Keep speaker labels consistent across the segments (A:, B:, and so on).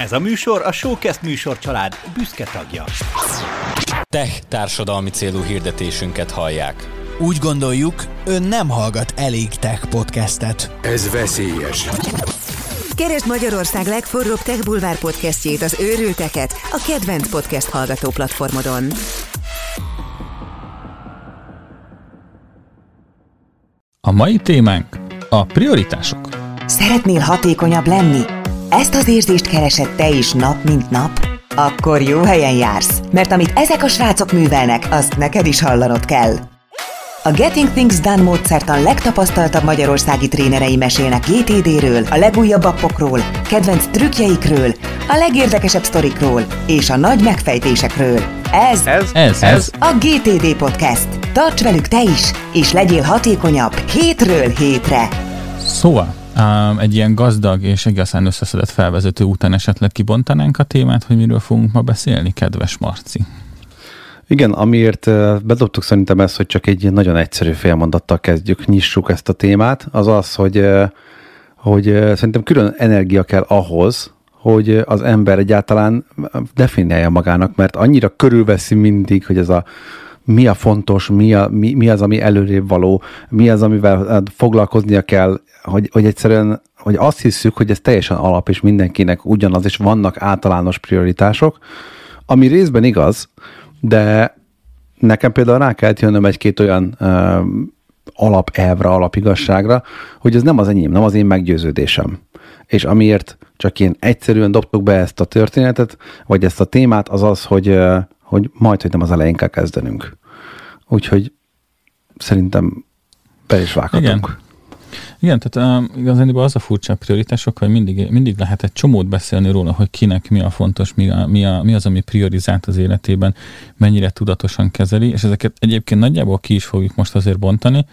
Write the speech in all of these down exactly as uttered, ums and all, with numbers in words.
A: Ez a műsor a Showcast műsorcsalád büszke tagja.
B: Tech társadalmi célú hirdetésünket hallják.
C: Úgy gondoljuk, ön nem hallgat elég tech podcastet.
D: Ez veszélyes.
E: Keresd Magyarország legforróbb Tech Bulvár podcastjét, az Őrülteket, a kedvenc podcast hallgató platformodon.
F: A mai témánk a prioritások.
E: Szeretnél hatékonyabb lenni? Ezt az érzést keresed te is nap mint nap? Akkor jó helyen jársz, mert amit ezek a srácok művelnek, azt neked is hallanod kell. A Getting Things Done módszertan legtapasztaltabb magyarországi trénerei mesélnek gé té dé-ről, a legújabb appokról, kedvenc trükkjeikről, a legérdekesebb sztorikról és a nagy megfejtésekről. Ez,
F: ez, ez, ez
E: a gé té dé Podcast. Tarts velük te is, és legyél hatékonyabb hétről hétre.
F: Szóval, um, egy ilyen gazdag és egészen összeszedett felvezető után esetleg kibontanánk a témát, hogy miről fogunk ma beszélni, kedves Marci.
G: Igen, amiért bedobtuk szerintem ezt, hogy csak egy nagyon egyszerű félmondattal kezdjük, nyissuk ezt a témát, az az, hogy, hogy szerintem külön energia kell ahhoz, hogy az ember egyáltalán definiálja magának, mert annyira körülveszi mindig, hogy ez a mi a fontos, mi, a, mi, mi az, ami előrébb való, mi az, amivel foglalkoznia kell, hogy, hogy egyszerűen, hogy azt hiszük, hogy ez teljesen alap, és mindenkinek ugyanaz, és vannak általános prioritások, ami részben igaz, de nekem például rá kellett jönnöm egy-két olyan uh, alapelvre, alapigazságra, hogy ez nem az enyém, nem az én meggyőződésem. És amiért csak én egyszerűen dobtuk be ezt a történetet, vagy ezt a témát, az az, hogy, uh, hogy majd, hogy nem az elején kell kezdenünk. Úgyhogy szerintem be is vághatunk.
F: Igen. Igen, tehát um, igazániból az a furcsa prioritások, hogy mindig, mindig lehet egy csomót beszélni róla, hogy kinek mi a fontos, mi, a, mi, a, mi az, ami priorizált az életében, mennyire tudatosan kezeli, és ezeket egyébként nagyjából ki is fogjuk most azért bontani,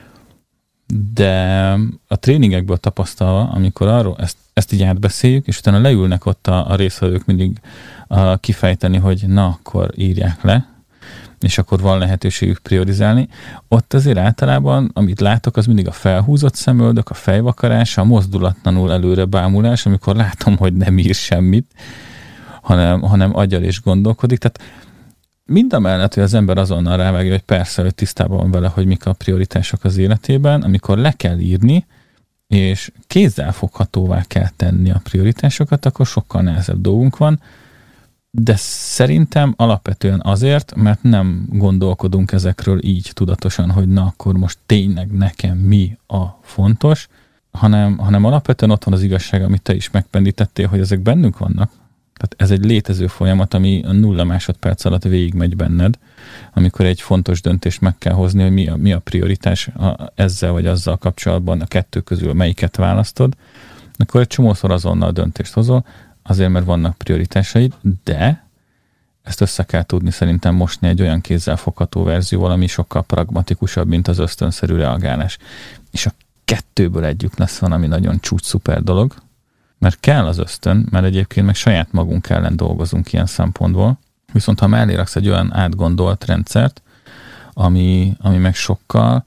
F: de a tréningekből tapasztalva, amikor arról ezt, ezt így átbeszéljük, és utána leülnek ott a, a résztvevők mindig a, kifejteni, hogy na, akkor írják le, és akkor van lehetőségük priorizálni. Ott azért általában, amit látok, az mindig a felhúzott szemöldök, a fejvakarás, a mozdulatlanul előre bámulás, amikor látom, hogy nem ír semmit, hanem, hanem agyal és gondolkodik. Tehát mindamellett, hogy az ember azonnal rávágja, hogy persze, hogy tisztában van vele, hogy mik a prioritások az életében, amikor le kell írni, és kézzelfoghatóvá kell tenni a prioritásokat, akkor sokkal nehezebb dolgunk van. De szerintem alapvetően azért, mert nem gondolkodunk ezekről így tudatosan, hogy na akkor most tényleg nekem mi a fontos, hanem, hanem alapvetően ott van az igazság, amit te is megpendítettél, hogy ezek bennünk vannak. Tehát ez egy létező folyamat, ami a nulla másodperc alatt végigmegy benned, amikor egy fontos döntést meg kell hozni, hogy mi a, mi a prioritás a, ezzel vagy azzal kapcsolatban, a kettő közül melyiket választod, akkor egy csomószor azonnal döntést hozol, azért, mert vannak prioritásaid, de ezt össze kell tudni szerintem mosni egy olyan kézzelfogható verzióval, ami sokkal pragmatikusabb, mint az ösztönszerű reagálás. És a kettőből együtt lesz van, ami nagyon csúcs szuper dolog, mert kell az ösztön, mert egyébként meg saját magunk ellen dolgozunk ilyen szempontból. Viszont ha mellé raksz egy olyan átgondolt rendszert, ami, ami meg sokkal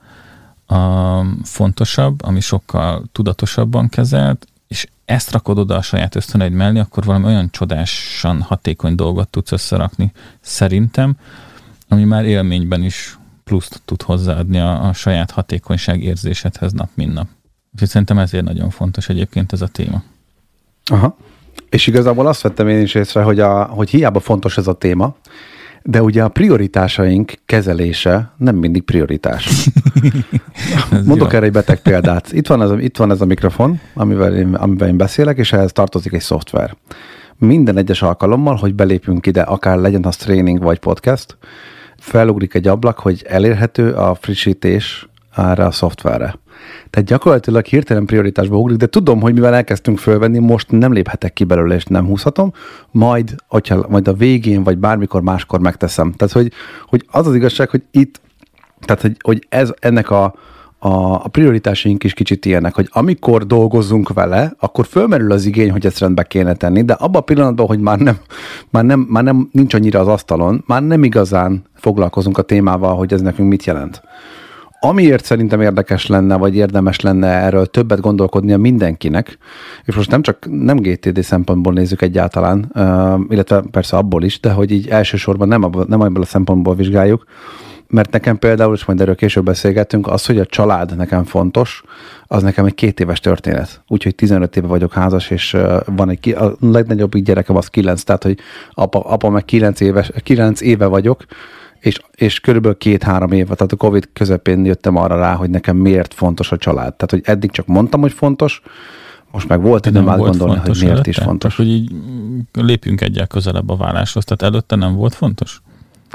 F: um, fontosabb, ami sokkal tudatosabban kezelt, és ezt rakod oda a saját ösztöneid mellé, akkor valami olyan csodásan hatékony dolgot tudsz összerakni szerintem, ami már élményben is pluszt tud hozzáadni a, a saját hatékonyság érzésedhez nap, mint nap. Úgyhogy szerintem ezért nagyon fontos egyébként ez a téma.
G: Aha. És igazából azt vettem én is észre, hogy, a, hogy hiába fontos ez a téma, de ugye a prioritásaink kezelése nem mindig prioritás. Mondok jó. Erre egy beteg példát. Itt van ez a, itt van ez a mikrofon, amivel én, amivel én beszélek, és ehhez tartozik egy szoftver. Minden egyes alkalommal, hogy belépünk ide, akár legyen az tréning vagy podcast, felugrik egy ablak, hogy elérhető a frissítés erre a szoftverre. Tehát gyakorlatilag hirtelen prioritásba ugrik, de tudom, hogy mivel elkezdtünk fölvenni, most nem léphetek ki belőle, és nem húzhatom, majd, hogyha, majd a végén, vagy bármikor máskor megteszem. Tehát, hogy, hogy az az igazság, hogy itt, tehát, hogy, hogy ez, ennek a, a, a prioritásaink is kicsit ilyenek, hogy amikor dolgozunk vele, akkor fölmerül az igény, hogy ezt rendbe kéne tenni, de abban a pillanatban, hogy már nem, már nem, már nem nincs annyira az asztalon, már nem igazán foglalkozunk a témával, hogy ez nekünk mit jelent. amiért szerintem érdekes lenne, vagy érdemes lenne erről többet gondolkodnia mindenkinek, és most nem csak nem gé té dé szempontból nézzük egyáltalán, uh, illetve persze abból is, de hogy így elsősorban nem, abból, nem abból a szempontból vizsgáljuk, mert nekem például, és majd erről később beszélgettünk, az, hogy a család nekem fontos, az nekem egy két éves történet. Úgyhogy tizenöt éve vagyok házas, és uh, van egy, a legnagyobb gyerekem az kilenc, tehát hogy apa, apa meg kilenc éves, kilenc éve vagyok, és, és körülbelül két-három éve, tehát a Covid közepén jöttem arra rá, hogy nekem miért fontos a család. Tehát, hogy eddig csak mondtam, hogy fontos, most meg volt időm átgondolni, hogy miért előtte? is fontos.
F: Tehát, hogy így lépjünk egyel közelebb a válláshoz, tehát előtte nem volt fontos?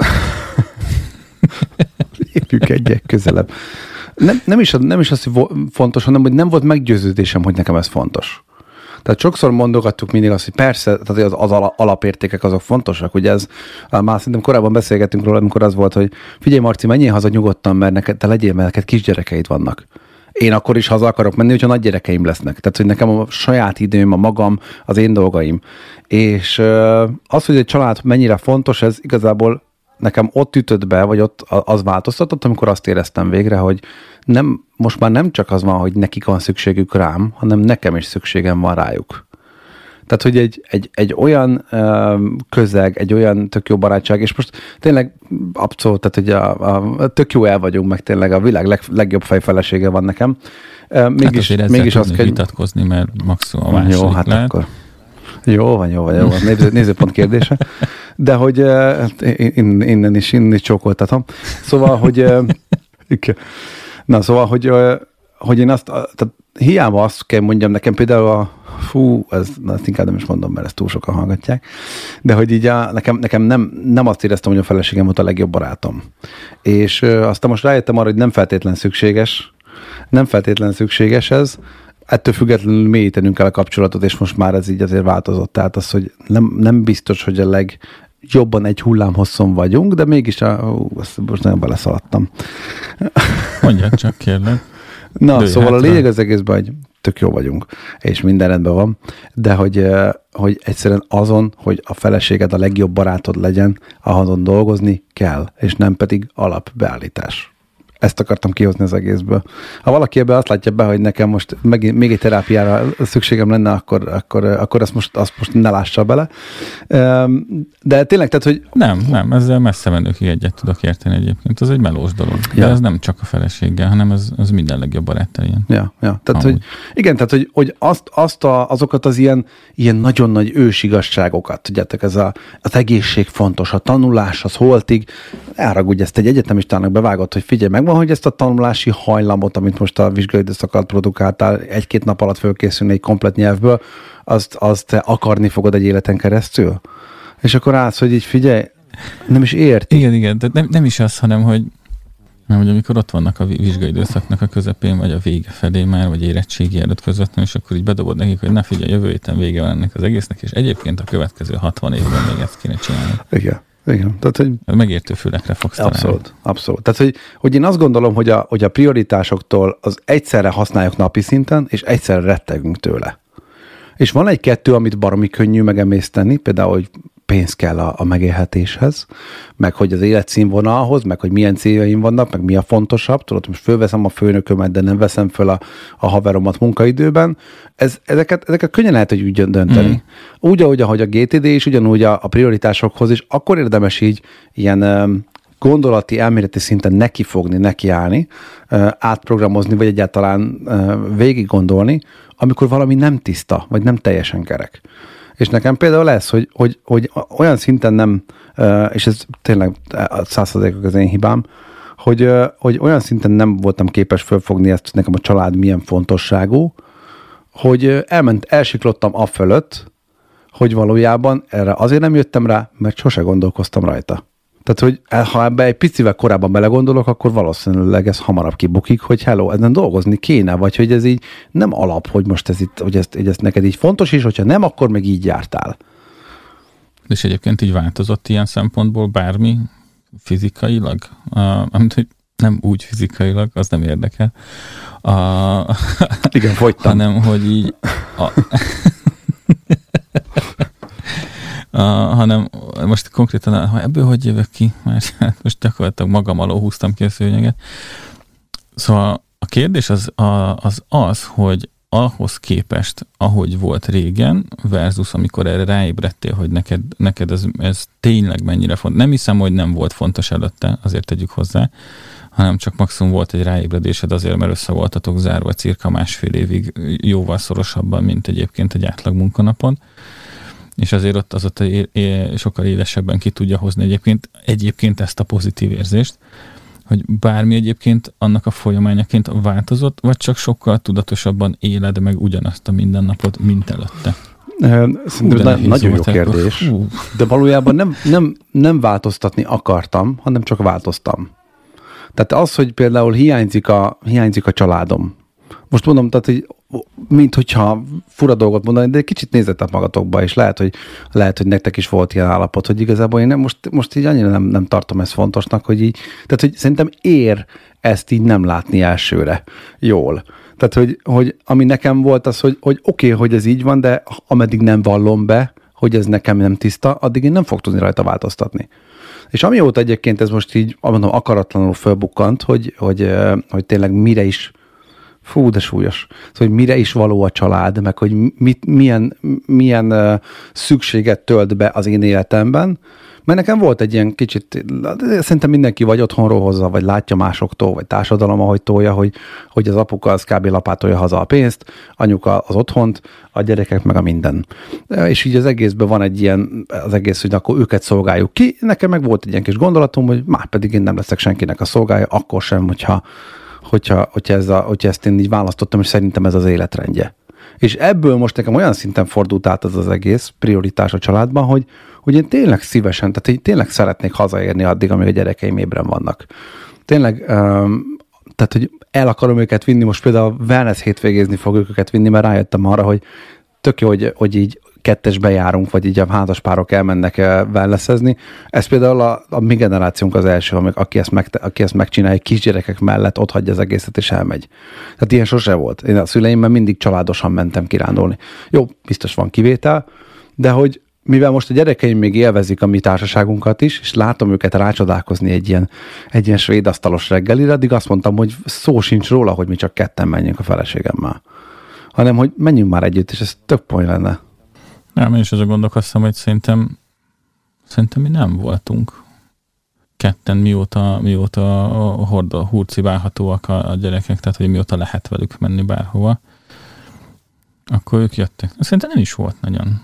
G: Lépjünk egyel közelebb. Nem, nem, is, nem is az, hogy fontos, hanem hogy nem volt meggyőződésem, hogy nekem ez fontos. Tehát sokszor mondogattuk mindig azt, hogy persze, tehát az, az alapértékek azok fontosak, ugye ez, már szerintem korábban beszélgettünk róla, amikor az volt, hogy figyelj Marci, menjél haza nyugodtan, mert neked, te legyél, mert neked kisgyerekeid vannak. Én akkor is haza akarok menni, hogyha nagy gyerekeim lesznek. Tehát, hogy nekem a saját időm, a magam, az én dolgaim. És az, hogy egy család mennyire fontos, ez igazából nekem ott ütött be, vagy ott az változtatott, amikor azt éreztem végre, hogy nem, most már nem csak az van, hogy nekik van szükségük rám, hanem nekem is szükségem van rájuk. Tehát, hogy egy, egy, egy olyan ö, közeg, egy olyan tök jó barátság, és most tényleg abszolút, tehát, hogy a, a, tök jó el vagyunk, meg tényleg a világ leg, legjobb fejfelesége van nekem. Mégis,
F: hát mégis azt kell vitatkozni, mert maximum a második
G: jó, hát
F: lehet.
G: Akkor. Jó van, jó van, jó van. Néző, nézőpont kérdése. De hogy uh, innen is, innen is csókoltatom. Szóval, hogy uh, na, szóval, hogy, uh, hogy én azt, tehát hiába azt kell mondjam nekem például a fú, ez, ezt inkább nem is mondom, mert ezt túl sokan hallgatják, de hogy így a, nekem, nekem nem, nem azt éreztem, hogy a feleségem volt a legjobb barátom. És uh, aztán most rájöttem arra, hogy nem feltétlen szükséges, nem feltétlen szükséges ez, ettől függetlenül mélyítenünk kell a kapcsolatot, és most már ez így azért változott. Tehát az, hogy nem, nem biztos, hogy a legjobban egy hullámhosszon vagyunk, de mégis a, ó, most nagyon beleszaladtam.
F: Mondjad csak, kérlek.
G: Na, Dőj szóval hátra. A lényeg az egészben, hogy tök jó vagyunk, és minden rendben van, de hogy, hogy egyszerűen azon, hogy a feleséged a legjobb barátod legyen, ahonnan dolgozni kell, és nem pedig alapbeállítás. Ezt akartam kihozni az egészből. Ha valaki ebben azt látja be, hogy nekem most meg, még egy terápiára szükségem lenne, akkor, akkor, akkor azt, most, azt most ne lássa bele. De tényleg, tehát, hogy...
F: Nem, nem, ezzel messze menőkig egyet tudok érteni egyébként. Ez egy melós dolog. De
G: ja.
F: ez nem csak a feleséggel, hanem ez, ez minden legjobb baráttal ilyen.
G: Ja, ja. Tehát, hogy, igen, tehát, hogy, hogy azt, azt a, azokat az ilyen, ilyen nagyon nagy ősigasságokat, tudjátok, ez a, az egészség fontos, a tanulás, az holtig, elragudj, ezt egy egyetemistának bevágott, hogy figyelj meg, van, hogy ezt a tanulási hajlamot, amit most a vizsgai időszak alatt produkáltál, egy-két nap alatt fölkészülni egy komplet nyelvből, azt, azt te akarni fogod egy életen keresztül? És akkor állsz, hogy így figyelj, nem is ért.
F: Igen, igen, de nem, nem is az, hanem, hogy, nem, hogy amikor ott vannak a vizsgai időszaknak a közepén, vagy a vége felé már, vagy érettségi előtt közvetlenül, és akkor így bedobod nekik, hogy ne figyelj, jövő héten vége van ennek az egésznek, és egyébként a következő hatvan évben még ezt kéne csinálni.
G: Igen. Igen, tehát, hogy...
F: Megértő fülekre fogsz találni.
G: Abszolút, abszolút. Tehát, hogy, hogy én azt gondolom, hogy a, hogy a prioritásoktól az egyszerre használjuk napi szinten, és egyszerre rettegünk tőle. És van egy-kettő, amit baromi könnyű megemészteni, például, hogy pénz kell a, a megélhetéshez, meg hogy az életszínvonalhoz, meg hogy milyen céljaim vannak, meg mi a fontosabb. Tudod, most fölveszem a főnökömet, de nem veszem föl a, a haveromat munkaidőben. Ez, ezeket, ezeket könnyen lehet, hogy úgy dönteni. Mm. Úgy, ahogy, ahogy a gé té dé is, ugyanúgy a, a prioritásokhoz is, akkor érdemes így ilyen um, gondolati, elméleti szinten nekifogni, nekiállni, uh, átprogramozni, vagy egyáltalán uh, végig gondolni, amikor valami nem tiszta, vagy nem teljesen kerek. És nekem például lesz, hogy, hogy, hogy olyan szinten nem, és ez tényleg száz százalékok az én hibám, hogy, hogy olyan szinten nem voltam képes fölfogni ezt, nekem a család milyen fontosságú, hogy elment, elsiklottam afölött, hogy valójában erre azért nem jöttem rá, mert sose gondolkoztam rajta. Tehát, hogy ha ebbe egy picivel korábban belegondolok, akkor valószínűleg ez hamarabb kibukik, hogy hello, ezen dolgozni kéne, vagy hogy ez így nem alap, hogy most ez itt, hogy ezt, hogy ez neked így fontos, és hogyha nem, akkor meg így jártál.
F: És egyébként így változott ilyen szempontból bármi fizikailag? Uh, amit, hogy nem úgy fizikailag, az nem érdekel. Uh,
G: Igen, fogytam.
F: Hanem, hogy így... A, Uh, hanem most konkrétan, ha ebből hogy jövök ki, mert most gyakorlatilag magam alól húztam ki a szőnyeget. Szóval a kérdés az, a, az az, hogy ahhoz képest, ahogy volt régen, versus amikor erre ráébredtél, hogy neked, neked ez, ez tényleg mennyire fontos. Nem hiszem, hogy nem volt fontos előtte, azért tegyük hozzá, hanem csak maximum volt egy ráébredésed azért, mert össze voltatok zárva cirka másfél évig jóval szorosabban, mint egyébként egy átlag munkanapon. És azért ott az ott é, é, sokkal élesebben ki tudja hozni egyébként, egyébként ezt a pozitív érzést, hogy bármi egyébként annak a folyamányaként változott, vagy csak sokkal tudatosabban éled meg ugyanazt a mindennapot, mint előtte?
G: Szerintem na- nagyon jó kérdés. Hú. De valójában nem, nem, nem változtatni akartam, hanem csak változtam. Tehát az, hogy például hiányzik a, hiányzik a családom. Most mondom, tehát, hogy mint hogyha fura dolgot mondani, de egy kicsit nézzetek magatokba, és lehet, hogy, lehet, hogy nektek is volt ilyen állapot, hogy igazából én nem, most, most így annyira nem, nem tartom ezt fontosnak, hogy így, tehát, hogy szerintem ér ezt így nem látni elsőre jól. Tehát, hogy, hogy ami nekem volt az, hogy, hogy oké, okay, hogy ez így van, de ameddig nem vallom be, hogy ez nekem nem tiszta, addig én nem fog tudni rajta változtatni. És amióta egyébként ez most így, mondom, akaratlanul fölbukkant, hogy, hogy, hogy tényleg mire is, fú, de súlyos, szóval, hogy mire is való a család, meg hogy mit, milyen, milyen uh, szükséget tölt be az én életemben, mert nekem volt egy ilyen kicsit, szerintem mindenki vagy otthonról hozza, vagy látja másoktól, vagy társadalom, ahogy tolja, hogy, hogy az apuka az kb. Lapátolja haza a pénzt, anyuka az otthont, a gyerekek meg a minden. És így az egészben van egy ilyen, az egész, hogy akkor őket szolgáljuk ki. Nekem meg volt egy ilyen kis gondolatom, hogy már pedig én nem leszek senkinek a szolgálja, akkor sem, hogyha Hogyha, hogyha, ez a, hogyha ezt én így választottam, és szerintem ez az életrendje. És ebből most nekem olyan szinten fordult át az az egész prioritás a családban, hogy, hogy én tényleg szívesen, tehát én tényleg szeretnék hazaérni addig, amíg a gyerekeim ébren vannak. Tényleg, um, tehát hogy el akarom őket vinni, most például wellness hétvégézni fogjuk őket vinni, mert rájöttem arra, hogy tök jó, hogy, hogy így kettesbe járunk, vagy így a házaspárok elmennek wellnessezni. Ez például a, a mi generációnk az első, aki ezt, meg, aki ezt megcsinálja, kisgyerekek mellett ott hagyja az egészet és elmegy. Tehát ilyen sose volt. Én a szüleimmel mindig családosan mentem kirándulni. Jó, biztos van kivétel, de hogy mivel most a gyerekeim még élvezik a mi társaságunkat is, és látom őket rácsodálkozni egy ilyen, egy ilyen svéd asztalos reggelire, addig azt mondtam, hogy szó sincs róla, hogy mi csak ketten menjünk a feleségemmel. Hanem, hogy menjünk már együtt, és ez tök poén lenne.
F: Nem, én is azon gondolkoztam, hogy szerintem, szerintem mi nem voltunk ketten, mióta, mióta hordó, hurcibálhatóak a, a gyerekek, tehát hogy mióta lehet velük menni bárhova, akkor ők jöttek. Szerintem nem is volt nagyon.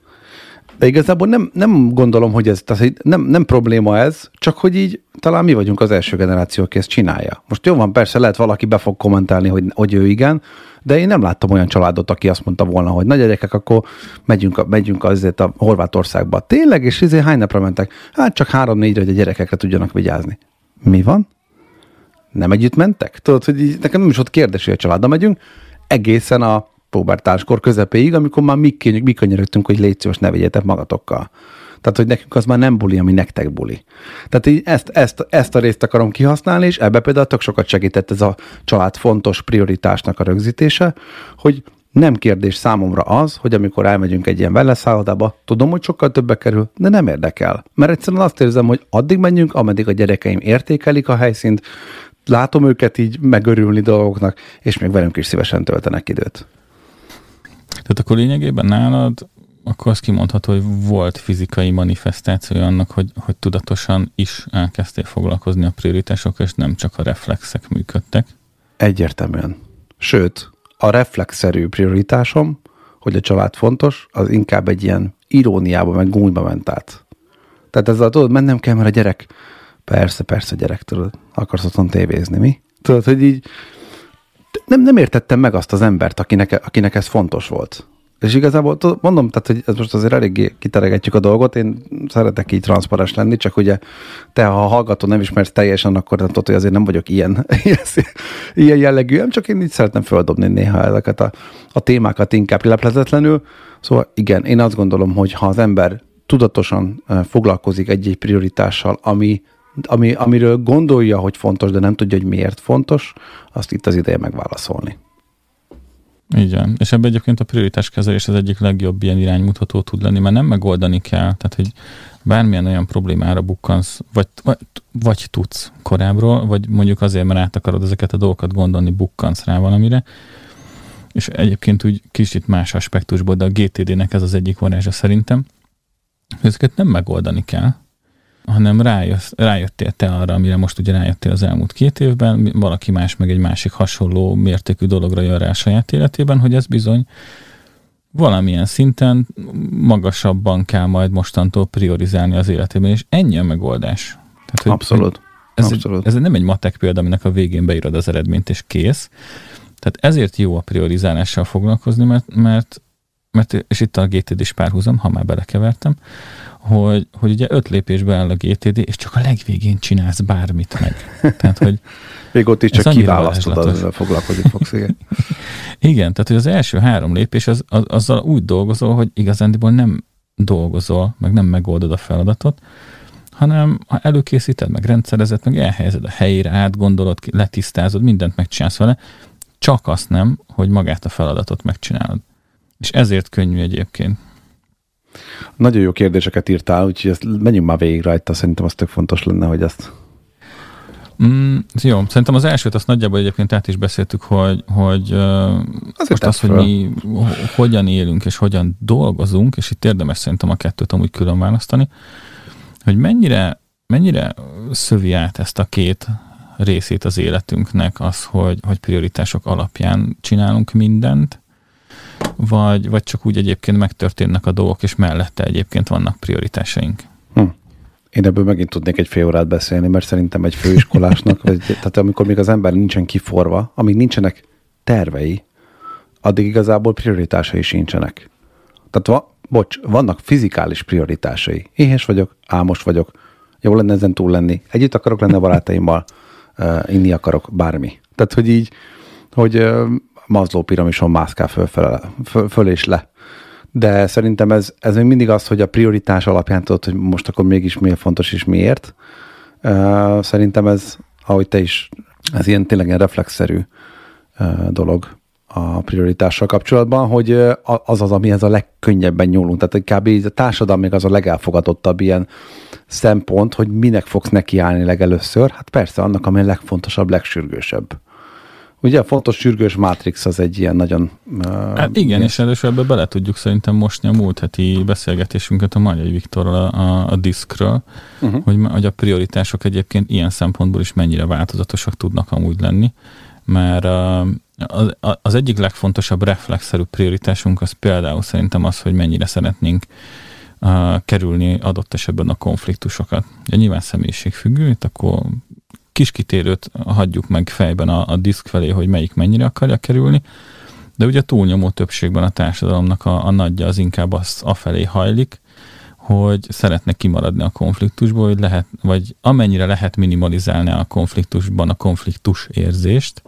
G: De igazából nem, nem gondolom, hogy ez, tehát nem, nem probléma ez, csak hogy így talán mi vagyunk az első generáció, aki ezt csinálja. Most jó van, persze lehet valaki be fog kommentálni, hogy, hogy ő igen, de én nem láttam olyan családot, aki azt mondta volna, hogy na gyerekek, akkor megyünk, megyünk azért a Horvátországba. Tényleg, és ezért hány napra mentek? Hát csak három-négyre, hogy a gyerekekre tudjanak vigyázni. Mi van? Nem együtt mentek? Tudod, hogy így, nekem nem is ott kérdés, hogy a családdal megyünk, egészen a pubertáskor közepéig, amikor már mi, mi könyörögtünk, hogy légy szíves, ne vigyetek magatokkal. Tehát, hogy nekünk az már nem buli, ami nektek buli. Tehát így ezt, ezt, ezt a részt akarom kihasználni, és ebbe például tök sokat segített ez a család fontos prioritásnak a rögzítése, hogy nem kérdés számomra az, hogy amikor elmegyünk egy ilyen wellness-szállodába, tudom, hogy sokkal többe kerül, de nem érdekel. Mert egyszerűen azt érzem, hogy addig menjünk, ameddig a gyerekeim értékelik a helyszínt, látom őket így megörülni dolgoknak, és még velünk is szívesen töltenek időt.
F: Tehát akkor lényegében nálad akkor azt kimondható, hogy volt fizikai manifestáció annak, hogy, hogy tudatosan is elkezdtél foglalkozni a prioritásokkal, és nem csak a reflexek működtek. Egyértelműen.
G: Sőt, a reflexzerű prioritásom, hogy a család fontos, az inkább egy ilyen iróniába, meg gúnyba ment át. Tehát ezzel tudod, mennem kell, mert a gyerek, persze, persze gyerek, tudod, akarsz otthon tévézni, mi? Tudod, hogy így nem, nem értettem meg azt az embert, akinek, akinek ez fontos volt. És igazából mondom, tehát, hogy ez most azért eléggé kiteregetjük a dolgot, én szeretek így transzparens lenni, csak ugye te, ha a hallgató nem ismersz teljesen, akkor nem tudod, hogy azért nem vagyok ilyen, ilyen jellegű, nem csak én így szeretem földobni néha ezeket a, a témákat inkább leplezetlenül. Szóval igen, én azt gondolom, hogy ha az ember tudatosan foglalkozik egy-egy prioritással, ami, ami, amiről gondolja, hogy fontos, de nem tudja, hogy miért fontos, azt itt az ideje megválaszolni.
F: Így van. És ebben egyébként a prioritáskezelés az egyik legjobb ilyen iránymutató tud lenni, mert nem megoldani kell. Tehát, hogy bármilyen olyan problémára bukkansz, vagy, vagy, vagy tudsz korábbról, vagy mondjuk azért, mert át akarod ezeket a dolgokat gondolni, bukkansz rá valamire. És egyébként úgy kicsit más aspektusból, de a gé té dé-nek ez az egyik varázsa szerintem, hogy ezeket nem megoldani kell, hanem rájössz, rájöttél te arra, amire most ugye rájöttél az elmúlt két évben, valaki más meg egy másik hasonló mértékű dologra jön rá a saját életében, hogy ez bizony valamilyen szinten magasabban kell majd mostantól priorizálni az életében, és ennyi a megoldás. Tehát, hogy
G: Abszolút.
F: Ez,
G: Abszolút.
F: Egy, ez nem egy matek példa, aminek a végén beírod az eredményt, és kész. Tehát ezért jó a priorizálással foglalkozni, mert, mert, mert és itt a gé té dés párhuzam, ha már belekevertem, hogy, hogy ugye öt lépésben áll a gé té dé, és csak a legvégén csinálsz bármit meg. Tehát, hogy
G: még ott is csak kiválasztod, azzal foglalkozni fogsz, igen.
F: Igen, tehát hogy az első három lépés az, az, azzal úgy dolgozol, hogy igazándiból nem dolgozol, meg nem megoldod a feladatot, hanem ha előkészíted, meg rendszerezed, meg elhelyezed a helyére, átgondolod, letisztázod, mindent megcsinálsz vele, csak azt nem, hogy magát a feladatot megcsinálod. És ezért könnyű egyébként.
G: Nagyon jó kérdéseket írtál, úgyhogy ezt menjünk már végig rajta, szerintem az tök fontos lenne, hogy ezt...
F: Mm, jó, szerintem az elsőt azt nagyjából egyébként át is beszéltük, hogy, hogy most az, hogy mi hogyan élünk és hogyan dolgozunk, és itt érdemes szerintem a kettőt amúgy külön választani, hogy mennyire, mennyire szövi át ezt a két részét az életünknek az, hogy, hogy prioritások alapján csinálunk mindent, vagy, vagy csak úgy egyébként megtörténnek a dolgok, és mellette egyébként vannak prioritásaink.
G: Hm. Én ebből megint tudnék egy fél órát beszélni, mert szerintem egy főiskolásnak, vagy, tehát amikor még az ember nincsen kiforva, amíg nincsenek tervei, addig igazából prioritásai sincsenek. Tehát va, bocs, vannak fizikális prioritásai. Éhes vagyok, álmos vagyok, jó lenne ezen túl lenni, együtt akarok lenni a barátaimmal, uh, inni akarok, bármi. Tehát, hogy így, hogy uh, Maslow piramison mászkál föl, föl, föl, föl és le. De szerintem ez, ez még mindig az, hogy a prioritás alapján tudod, hogy most akkor mégis miért fontos és miért. Uh, szerintem ez, ahogy te is, ez ilyen tényleg ilyen reflexzerű uh, dolog a prioritással kapcsolatban, hogy uh, az az, amihez a legkönnyebben nyúlunk. Tehát kb. A társadalom még az a legelfogadottabb ilyen szempont, hogy minek fogsz nekiállni legelőször. Hát persze annak, ami a legfontosabb, legsürgősebb. Ugye a fontos sürgős Matrix az egy ilyen nagyon... Uh,
F: hát igen, ilyen... és először ebbe bele tudjuk szerintem mosni a múlt heti beszélgetésünket a Magyai Viktorral a, a, a diszkről, uh-huh. hogy, hogy a prioritások egyébként ilyen szempontból is mennyire változatosak tudnak amúgy lenni, mert uh, az, az egyik legfontosabb reflexzerű prioritásunk az például szerintem az, hogy mennyire szeretnénk uh, kerülni adott esetben a konfliktusokat. Ja, nyilván személyiségfüggő, itt akkor kis kitérőt hagyjuk meg fejben a, a diszk felé, hogy melyik mennyire akarja kerülni, de ugye túlnyomó többségben a társadalomnak a, a nagyja az inkább az afelé hajlik, hogy szeretne kimaradni a konfliktusból, hogy lehet, vagy amennyire lehet minimalizálni a konfliktusban a konfliktus érzést,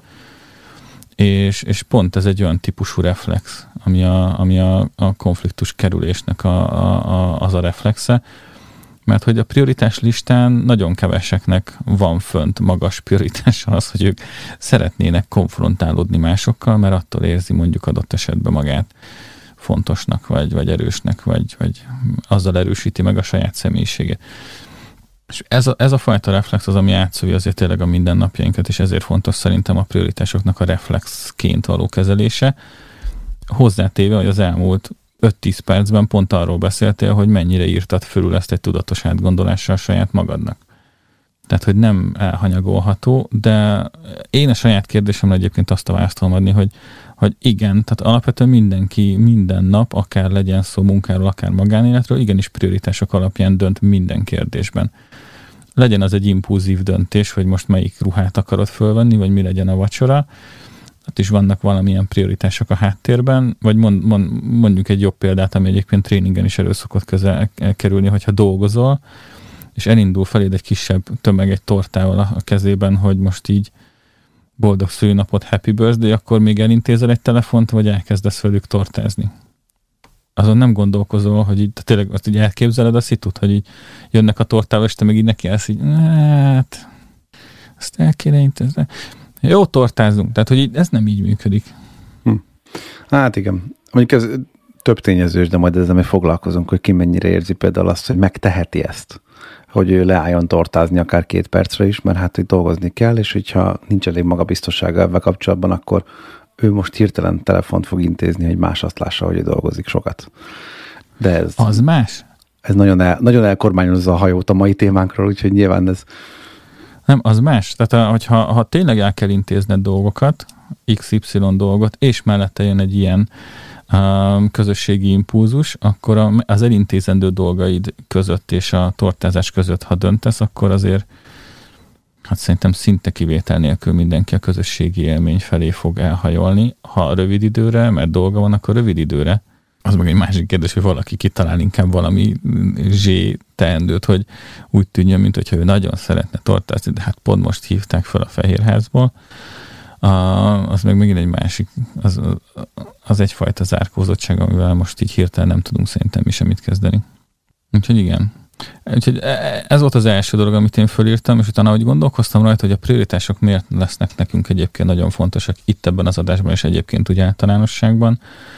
F: és, és pont ez egy olyan típusú reflex, ami a, ami a, a konfliktus kerülésnek a, a, a, az a reflexe, mert hogy a prioritás listán nagyon keveseknek van fönt magas prioritása az, hogy ők szeretnének konfrontálódni másokkal, mert attól érzi mondjuk adott esetben magát fontosnak, vagy, vagy erősnek, vagy, vagy azzal erősíti meg a saját személyiségét. És ez a, ez a fajta reflex az, ami átszövi azért tényleg a mindennapjainkat, és ezért fontos szerintem a prioritásoknak a reflexként való kezelése. Hozzátéve, hogy az elmúlt öt-tíz percben pont arról beszéltél, hogy mennyire írtad fölül ezt egy tudatos átgondolással saját magadnak. Tehát, hogy nem elhanyagolható, de én a saját kérdésemre egyébként azt a választ tudom adni, hogy, hogy igen, tehát alapvetően mindenki minden nap, akár legyen szó munkáról, akár magánéletről, igenis prioritások alapján dönt minden kérdésben. Legyen az egy impulzív döntés, hogy most melyik ruhát akarod fölvenni, vagy mi legyen a vacsora, ott is vannak valamilyen prioritások a háttérben, vagy mond, mond, mondjuk egy jobb példát, ami egyébként tréningen is elő szokott közel kerülni, hogyha dolgozol, és elindul feléd egy kisebb tömeg egy tortával a kezében, hogy most így boldog szülinapot, happy birthday, akkor még elintézel egy telefont, vagy elkezdesz velük tortázni. Azon nem gondolkozol, hogy így tényleg azt így elképzeled a szitut, hogy így jönnek a tortával, és te meg így nekiállsz így, hát, azt el kéne intézni. Jó, tortázunk. Tehát, hogy így, ez nem így működik.
G: Hm. Hát igen. Mondjuk ez több tényezős, de majd ezzel még foglalkozunk, hogy ki mennyire érzi például azt, hogy megteheti ezt, hogy ő leálljon tortázni akár két percre is, mert hát, hogy dolgozni kell, és hogyha nincs elég magabiztossága ebben kapcsolatban, akkor ő most hirtelen telefont fog intézni, hogy más azt lássa, hogy ő dolgozik sokat. De ez...
F: Az más?
G: Ez nagyon, el, nagyon elkormányozza a hajót a mai témánkról, úgyhogy nyilván ez...
F: Nem, az más. Tehát, hogyha ha tényleg el kell intézned dolgokat, iksz ipszilon dolgot, és mellette jön egy ilyen um, közösségi impulzus, akkor a, az elintézendő dolgaid között és a tortázás között, ha döntesz, akkor azért hát szerintem szinte kivétel nélkül mindenki a közösségi élmény felé fog elhajolni. Ha rövid időre, mert dolga van, akkor rövid időre. Az meg egy másik kérdés, hogy valaki kitalál inkább valami zsé teendőt, hogy úgy tűnjön, mint hogyha ő nagyon szeretne tortázni, de hát pont most hívták fel a Fehérházból. Uh, az meg megint egy másik, az, az egyfajta zárkózottság, amivel most így hirtelen nem tudunk szerintem mi semmit kezdeni. Úgyhogy igen. Úgyhogy ez volt az első dolog, amit én fölírtam, és utána, ahogy gondolkoztam rajta, hogy a prioritások miért lesznek nekünk egyébként nagyon fontosak itt ebben az adásban, és egyébként úgy általánosságban,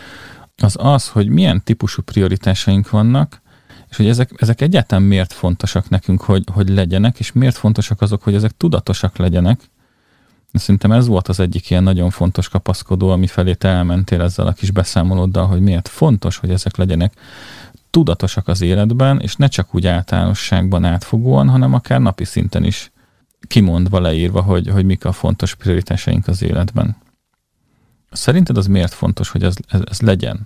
F: az az, hogy milyen típusú prioritásaink vannak, és hogy ezek, ezek egyáltalán miért fontosak nekünk, hogy, hogy legyenek, és miért fontosak azok, hogy ezek tudatosak legyenek. Szerintem ez volt az egyik ilyen nagyon fontos kapaszkodó, ami felé te elmentél ezzel a kis beszámolóddal, hogy miért fontos, hogy ezek legyenek tudatosak az életben, és ne csak úgy általánosságban átfogóan, hanem akár napi szinten is kimondva, leírva, hogy, hogy mik a fontos prioritásaink az életben. Szerinted az miért fontos, hogy ez, ez, ez legyen?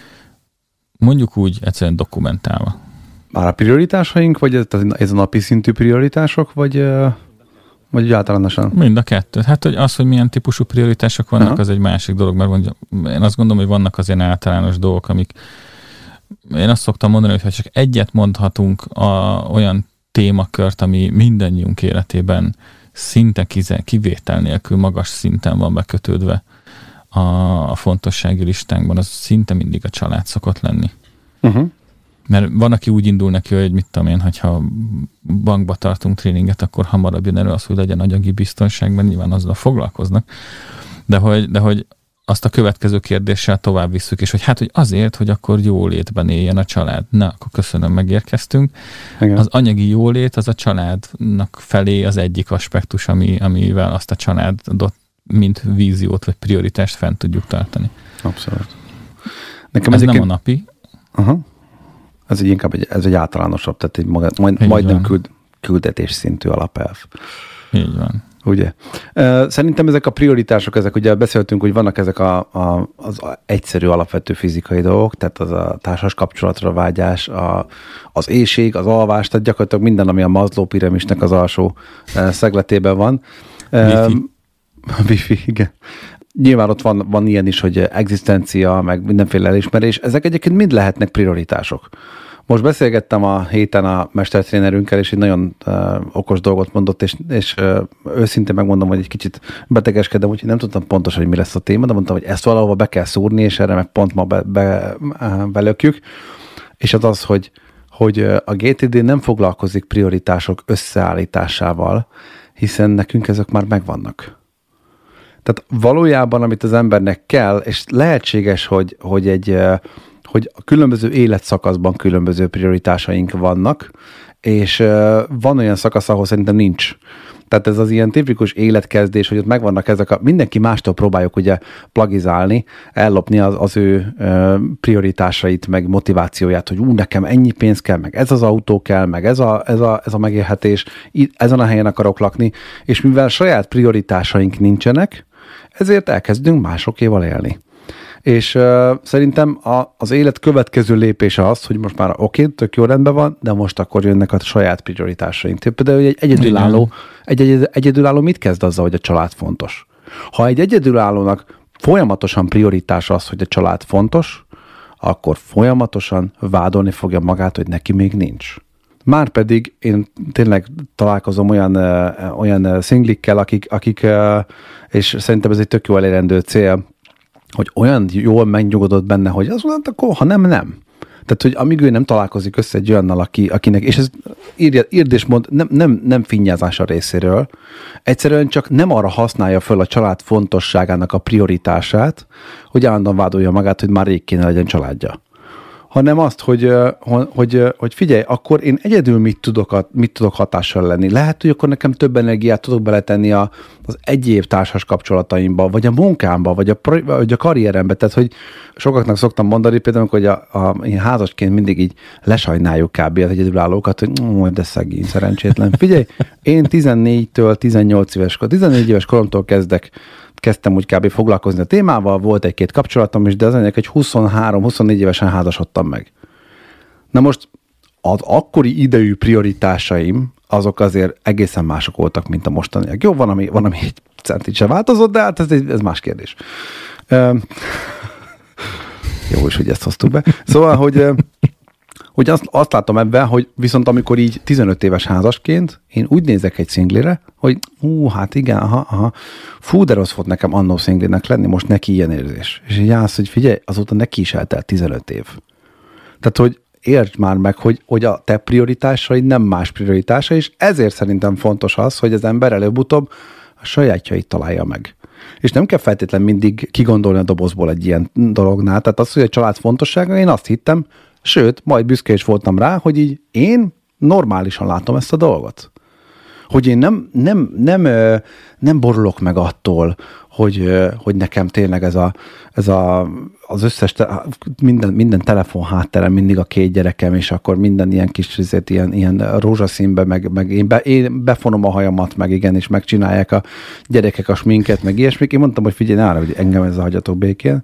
F: Mondjuk úgy egyszerűen dokumentálva.
G: Már a prioritásaink, vagy ez, ez a napi szintű prioritások, vagy, vagy általánosan?
F: Mind a kettő. Hát hogy az, hogy milyen típusú prioritások vannak, Aha. az egy másik dolog, mert mondja, én azt gondolom, hogy vannak az ilyen általános dolgok, amik én azt szoktam mondani, hogy ha csak egyet mondhatunk a, olyan témakört, ami mindannyiunk életében szinte kivétel nélkül magas szinten van bekötődve a, a fontossági listánkban, az szinte mindig a család szokott lenni. Uh-huh. Mert van, aki úgy indul neki, hogy mit tudom én, hogyha bankba tartunk tréninget, akkor hamarabb jön elő az, hogy legyen anyagi biztonság, mert nyilván azzal foglalkoznak. De hogy, de hogy azt a következő kérdéssel tovább visszük, és hogy hát, hogy azért, hogy akkor jólétben éljen a család. Na, akkor köszönöm, megérkeztünk. Igen. Az anyagi jólét, az a családnak felé az egyik aspektus, ami, amivel azt a családot, mint víziót, vagy prioritást fent tudjuk tartani.
G: Abszolút. Nekem
F: ez
G: egyébként...
F: nem a napi.
G: Aha. Ez egy inkább egy, ez egy általánosabb, tehát egy maga, majd, majdnem küld, küldetés szintű alapelv.
F: Így van.
G: Ugye? Szerintem ezek a prioritások, ezek ugye beszéltünk, hogy vannak ezek a, a, az egyszerű alapvető fizikai dolgok, tehát az a társas kapcsolatra vágyás, a, az éhség, az alvás, tehát gyakorlatilag minden, ami a Maslow piramisnek az alsó szegletében van.
F: Wifi.
G: Wifi, igen. Nyilván ott van, van ilyen is, hogy egzisztencia, meg mindenféle elismerés. Ezek egyébként mind lehetnek prioritások. Most beszélgettem a héten a mestertrénerünkkel, és egy nagyon uh, okos dolgot mondott, és, és uh, őszintén megmondom, hogy egy kicsit betegeskedem, úgyhogy nem tudtam pontosan, hogy mi lesz a téma, de mondtam, hogy ezt valahova be kell szúrni, és erre meg pont ma be, be, uh, belökjük. És az az, hogy, hogy a gé té dé nem foglalkozik prioritások összeállításával, hiszen nekünk ezek már megvannak. Tehát valójában, amit az embernek kell, és lehetséges, hogy, hogy egy... hogy a különböző életszakaszban különböző prioritásaink vannak, és van olyan szakasz, ahol szerintem nincs. Tehát ez az ilyen tipikus életkezdés, hogy ott megvannak ezek a... Mindenki mástól próbáljuk ugye plagizálni, ellopni az, az ő prioritásait, meg motivációját, hogy ú, nekem ennyi pénz kell, meg ez az autó kell, meg ez a, ez a, ez a megélhetés, ezen a helyen akarok lakni, és mivel saját prioritásaink nincsenek, ezért elkezdünk másokéval élni. És uh, szerintem a, az élet következő lépése az, hogy most már oké, okay, tök jó rendben van, de most akkor jönnek a saját prioritásaink. Például egy egyedülálló, egy, egy egyedülálló mit kezd azzal, hogy a család fontos? Ha egy egyedülállónak folyamatosan prioritása az, hogy a család fontos, akkor folyamatosan vádolni fogja magát, hogy neki még nincs. Márpedig én tényleg találkozom olyan, uh, olyan szinglikkel, akik, akik uh, és szerintem ez egy tök jó elérendő cél, hogy olyan jól megnyugodott benne, hogy az mondta, akkor ha nem, nem. Tehát, hogy amíg ő nem találkozik össze egy olyannal, aki, akinek, és ez írd, írd és mond, nem, nem, nem finnyázás a részéről, egyszerűen csak nem arra használja föl a család fontosságának a prioritását, hogy állandóan vádolja magát, hogy már rég kéne legyen családja. Hanem azt, hogy, hogy, hogy figyelj, akkor én egyedül mit tudok, mit tudok hatással lenni. Lehet, hogy akkor nekem több energiát tudok beletenni a, az egyéb társas kapcsolataimba, vagy a munkámba, vagy a, vagy a karrierembe. Tehát, hogy sokaknak szoktam mondani, például, hogy a, a, én házasként mindig így lesajnáljuk kb. Az egyedülállókat, hogy mm, de szegény, szerencsétlen. Figyelj, én tizennégytől tizennyolc éves, tizennégy éves koromtól kezdek kezdtem úgy kb. Foglalkozni a témával, volt egy-két kapcsolatom is, de az ennek egy huszonhárom-huszonnégy évesen házasodtam meg. Na most az akkori idejű prioritásaim, azok azért egészen mások voltak, mint a mostaniak. Jó, van, ami, van, ami egy centit sem változott, de hát ez, ez más kérdés. Jó is, hogy ezt hoztuk be. Szóval, hogy... hogy azt, azt látom ebben, hogy viszont amikor így tizenöt éves házasként, én úgy nézek egy szinglire, hogy hú, hát igen, aha, aha, fú, de rossz volt nekem annó szinglinek lenni, most neki ilyen érzés. És így állsz, hogy figyelj, azóta neki is eltelt tizenöt év. Tehát, hogy értsd már meg, hogy, hogy a te prioritásaid nem más prioritása, és ezért szerintem fontos az, hogy az ember előbb-utóbb a sajátjait találja meg. És nem kell feltétlenül mindig kigondolni a dobozból egy ilyen dolognál. Tehát az, hogy a család fontossága, én azt hittem, sőt, majd büszke is voltam rá, hogy így én normálisan látom ezt a dolgot. Hogy én nem, nem, nem, nem borulok meg attól, hogy, hogy nekem tényleg ez, a, ez a, az összes, te, minden, minden telefon hátterem, mindig a két gyerekem, és akkor minden ilyen kis rizét, ilyen, ilyen rózsaszínbe, meg, meg én, be, én befonom a hajamat, meg igen, és megcsinálják a gyerekek a sminket, meg ilyesmik. Én mondtam, hogy figyelj, arra, hogy engem ez a hagyjatok békén.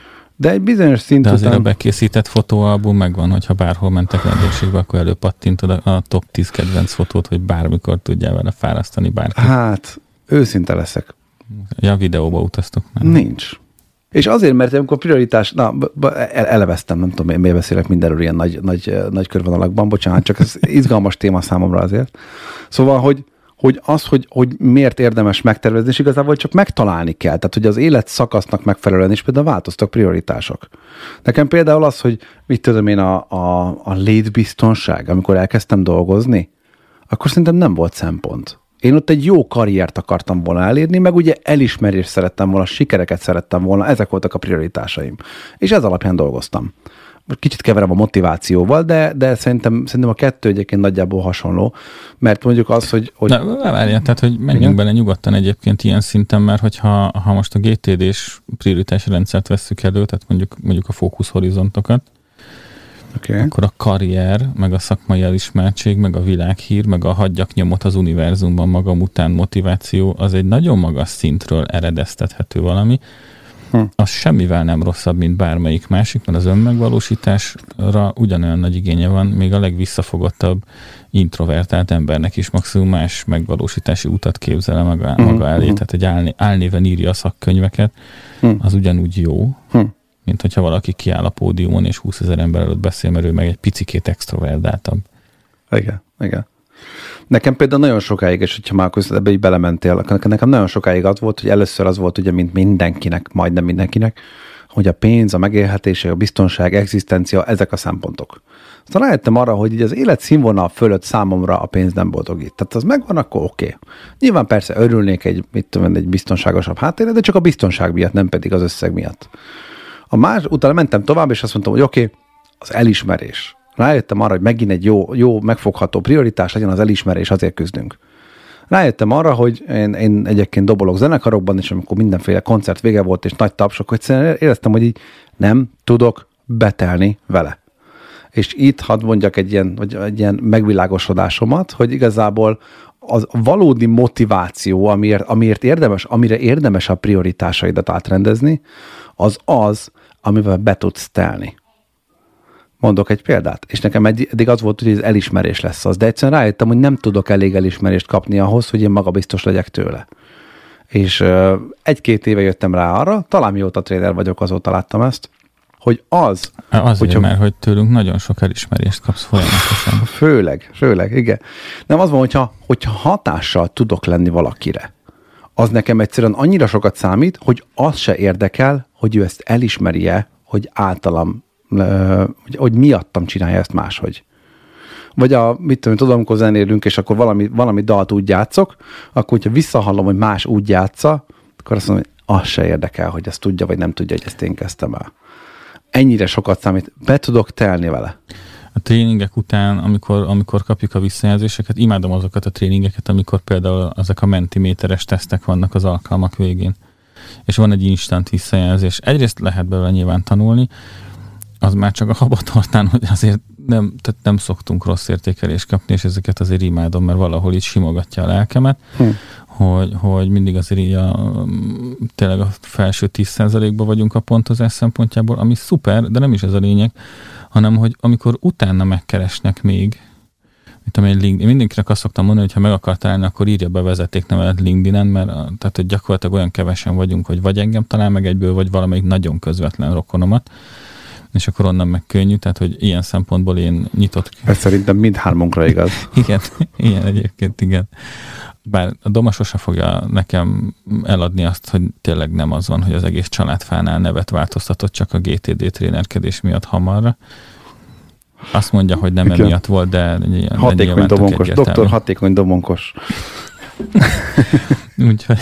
G: De egy bizonyos szint
F: De azért
G: után...
F: a bekészített fotóalbum megvan, hogyha bárhol mentek vendégségbe, akkor előpattintod a top tíz kedvenc fotót, hogy bármikor tudjál vele fárasztani bárkit.
G: Hát, őszinte leszek.
F: Ja, videóba utaztok már.
G: Nincs. És azért, mert amikor prioritás... Na, eleveztem, nem tudom, én miért beszélek mindenről ilyen nagy, nagy, nagy körvonalakban, bocsánat, csak ez izgalmas téma számomra azért. Szóval, hogy hogy az, hogy, hogy miért érdemes megtervezni, és igazából csak megtalálni kell. Tehát, hogy az élet szakasznak megfelelően is például változtak prioritások. Nekem például az, hogy mit tudom én, a, a, a létbiztonság, amikor elkezdtem dolgozni, akkor szerintem nem volt szempont. Én ott egy jó karriert akartam volna elérni, meg ugye elismerést szerettem volna, sikereket szerettem volna, ezek voltak a prioritásaim. És ez alapján dolgoztam. Kicsit keverem a motivációval, de, de szerintem, szerintem a kettő egyébként nagyjából hasonló, mert mondjuk az, hogy... hogy...
F: Na, várjál, tehát, hogy menjünk igen? bele nyugodtan egyébként ilyen szinten, mert hogyha ha most a gé té dés prioritási rendszert vesszük elő, tehát mondjuk, mondjuk a fókuszhorizontokat, okay. akkor a karrier, meg a szakmai elismertség, meg a világhír, meg a hagyjak nyomot az univerzumban magam után motiváció, az egy nagyon magas szintről eredeztethető valami. Hm. Az semmivel nem rosszabb, mint bármelyik másik, mert az önmegvalósításra ugyanolyan nagy igénye van, még a legvisszafogottabb, introvertált embernek is maximum más megvalósítási utat képzel maga, hm. maga elé, hm. tehát egy álné, álnéven írja a szakkönyveket, hm. az ugyanúgy jó, hm. mint hogyha valaki kiáll a pódiumon és húszezer ember előtt beszél, mert ő meg egy picikét extrovertáltabb.
G: Igen, igen. Nekem például nagyon sokáig, és hogyha már ebbe így belementél, nekem nagyon sokáig az volt, hogy először az volt ugye, mint mindenkinek, majdnem mindenkinek, hogy a pénz, a megélhetés, a biztonság, egzisztencia, ezek a szempontok. Aztán rájöttem arra, hogy így az élet színvonal fölött számomra a pénz nem boldogít. Tehát az megvan, akkor oké. Okay. Nyilván persze örülnék egy, mit tudom, egy biztonságosabb háttérre, de csak a biztonság miatt, nem pedig az összeg miatt. A más, utána mentem tovább, és azt mondtam, hogy oké, okay, az elismerés. Rájöttem arra, hogy megint egy jó, jó megfogható prioritás legyen az elismerés, azért küzdünk. Rájöttem arra, hogy én, én egyébként dobolok zenekarokban, és amikor mindenféle koncert vége volt, és nagy tapsok, hogy éreztem, hogy így nem tudok betelni vele. És itt hadd mondjak egy ilyen, vagy egy ilyen megvilágosodásomat, hogy igazából az valódi motiváció, amiért, amiért érdemes, amire érdemes a prioritásaidat átrendezni, az az, amivel be tudsz telni. Mondok egy példát, és nekem eddig az volt, hogy ez elismerés lesz az, de egyszerűen rájöttem, hogy nem tudok elég elismerést kapni ahhoz, hogy én magabiztos legyek tőle. És uh, egy-két éve jöttem rá arra, talán mióta tréner vagyok, azóta láttam ezt, hogy az...
F: Azért, hogyha, mert hogy tőlünk nagyon sok elismerést kapsz folyamatosan.
G: Főleg, főleg, igen. Nem az van, hogyha, hogyha hatással tudok lenni valakire, az nekem egyszerűen annyira sokat számít, hogy az se érdekel, hogy ő ezt elismerje, hogy általam hogy, hogy miattam csinálja ezt máshogy. Vagy a, mit tudom, tudom, amikor zenélünk, és akkor valami, valami dalt úgy játszok, akkor, hogyha visszahallom, hogy más úgy játsza, akkor azt mondom, hogy az se érdekel, hogy ezt tudja, vagy nem tudja, hogy ezt én kezdtem el. Ennyire sokat számít, be tudok telni vele.
F: A tréningek után, amikor, amikor kapjuk a visszajelzéseket, imádom azokat a tréningeket, amikor például ezek a mentiméteres tesztek vannak az alkalmak végén. És van egy instant visszajelzés. Egyrészt lehet belőle nyilván tanulni, az már csak a habatartán, hogy azért nem, tehát nem szoktunk rossz értékelést kapni, és ezeket azért imádom, mert valahol így simogatja a lelkemet, hm. hogy, hogy mindig azért így a, tényleg a felső tíz százalékban vagyunk a pontozás szempontjából, ami szuper, de nem is ez a lényeg, hanem hogy amikor utána megkeresnek még, mint amely LinkedIn, mindenkinek azt szoktam mondani, hogy ha meg akar találni, akkor írja be vezetéknevelet LinkedIn-en, mert tehát, hogy gyakorlatilag olyan kevesen vagyunk, hogy vagy engem talál meg egyből, vagy valamelyik nagyon közvetlen rokonomat, és akkor onnan meg könnyű, tehát hogy ilyen szempontból én nyitott...
G: Ez szerintem mindhármunkra igaz.
F: igen, igen, egyébként igen. Bár a Doma sose fogja nekem eladni azt, hogy tényleg nem az van, hogy az egész családfánál nevet változtatott csak a gé té dé trénerkedés miatt hamarra. Azt mondja, hogy nem igen. emiatt volt, de, de
G: hatékony domonkos, doktor hatékony domonkos.
F: Úgyhogy,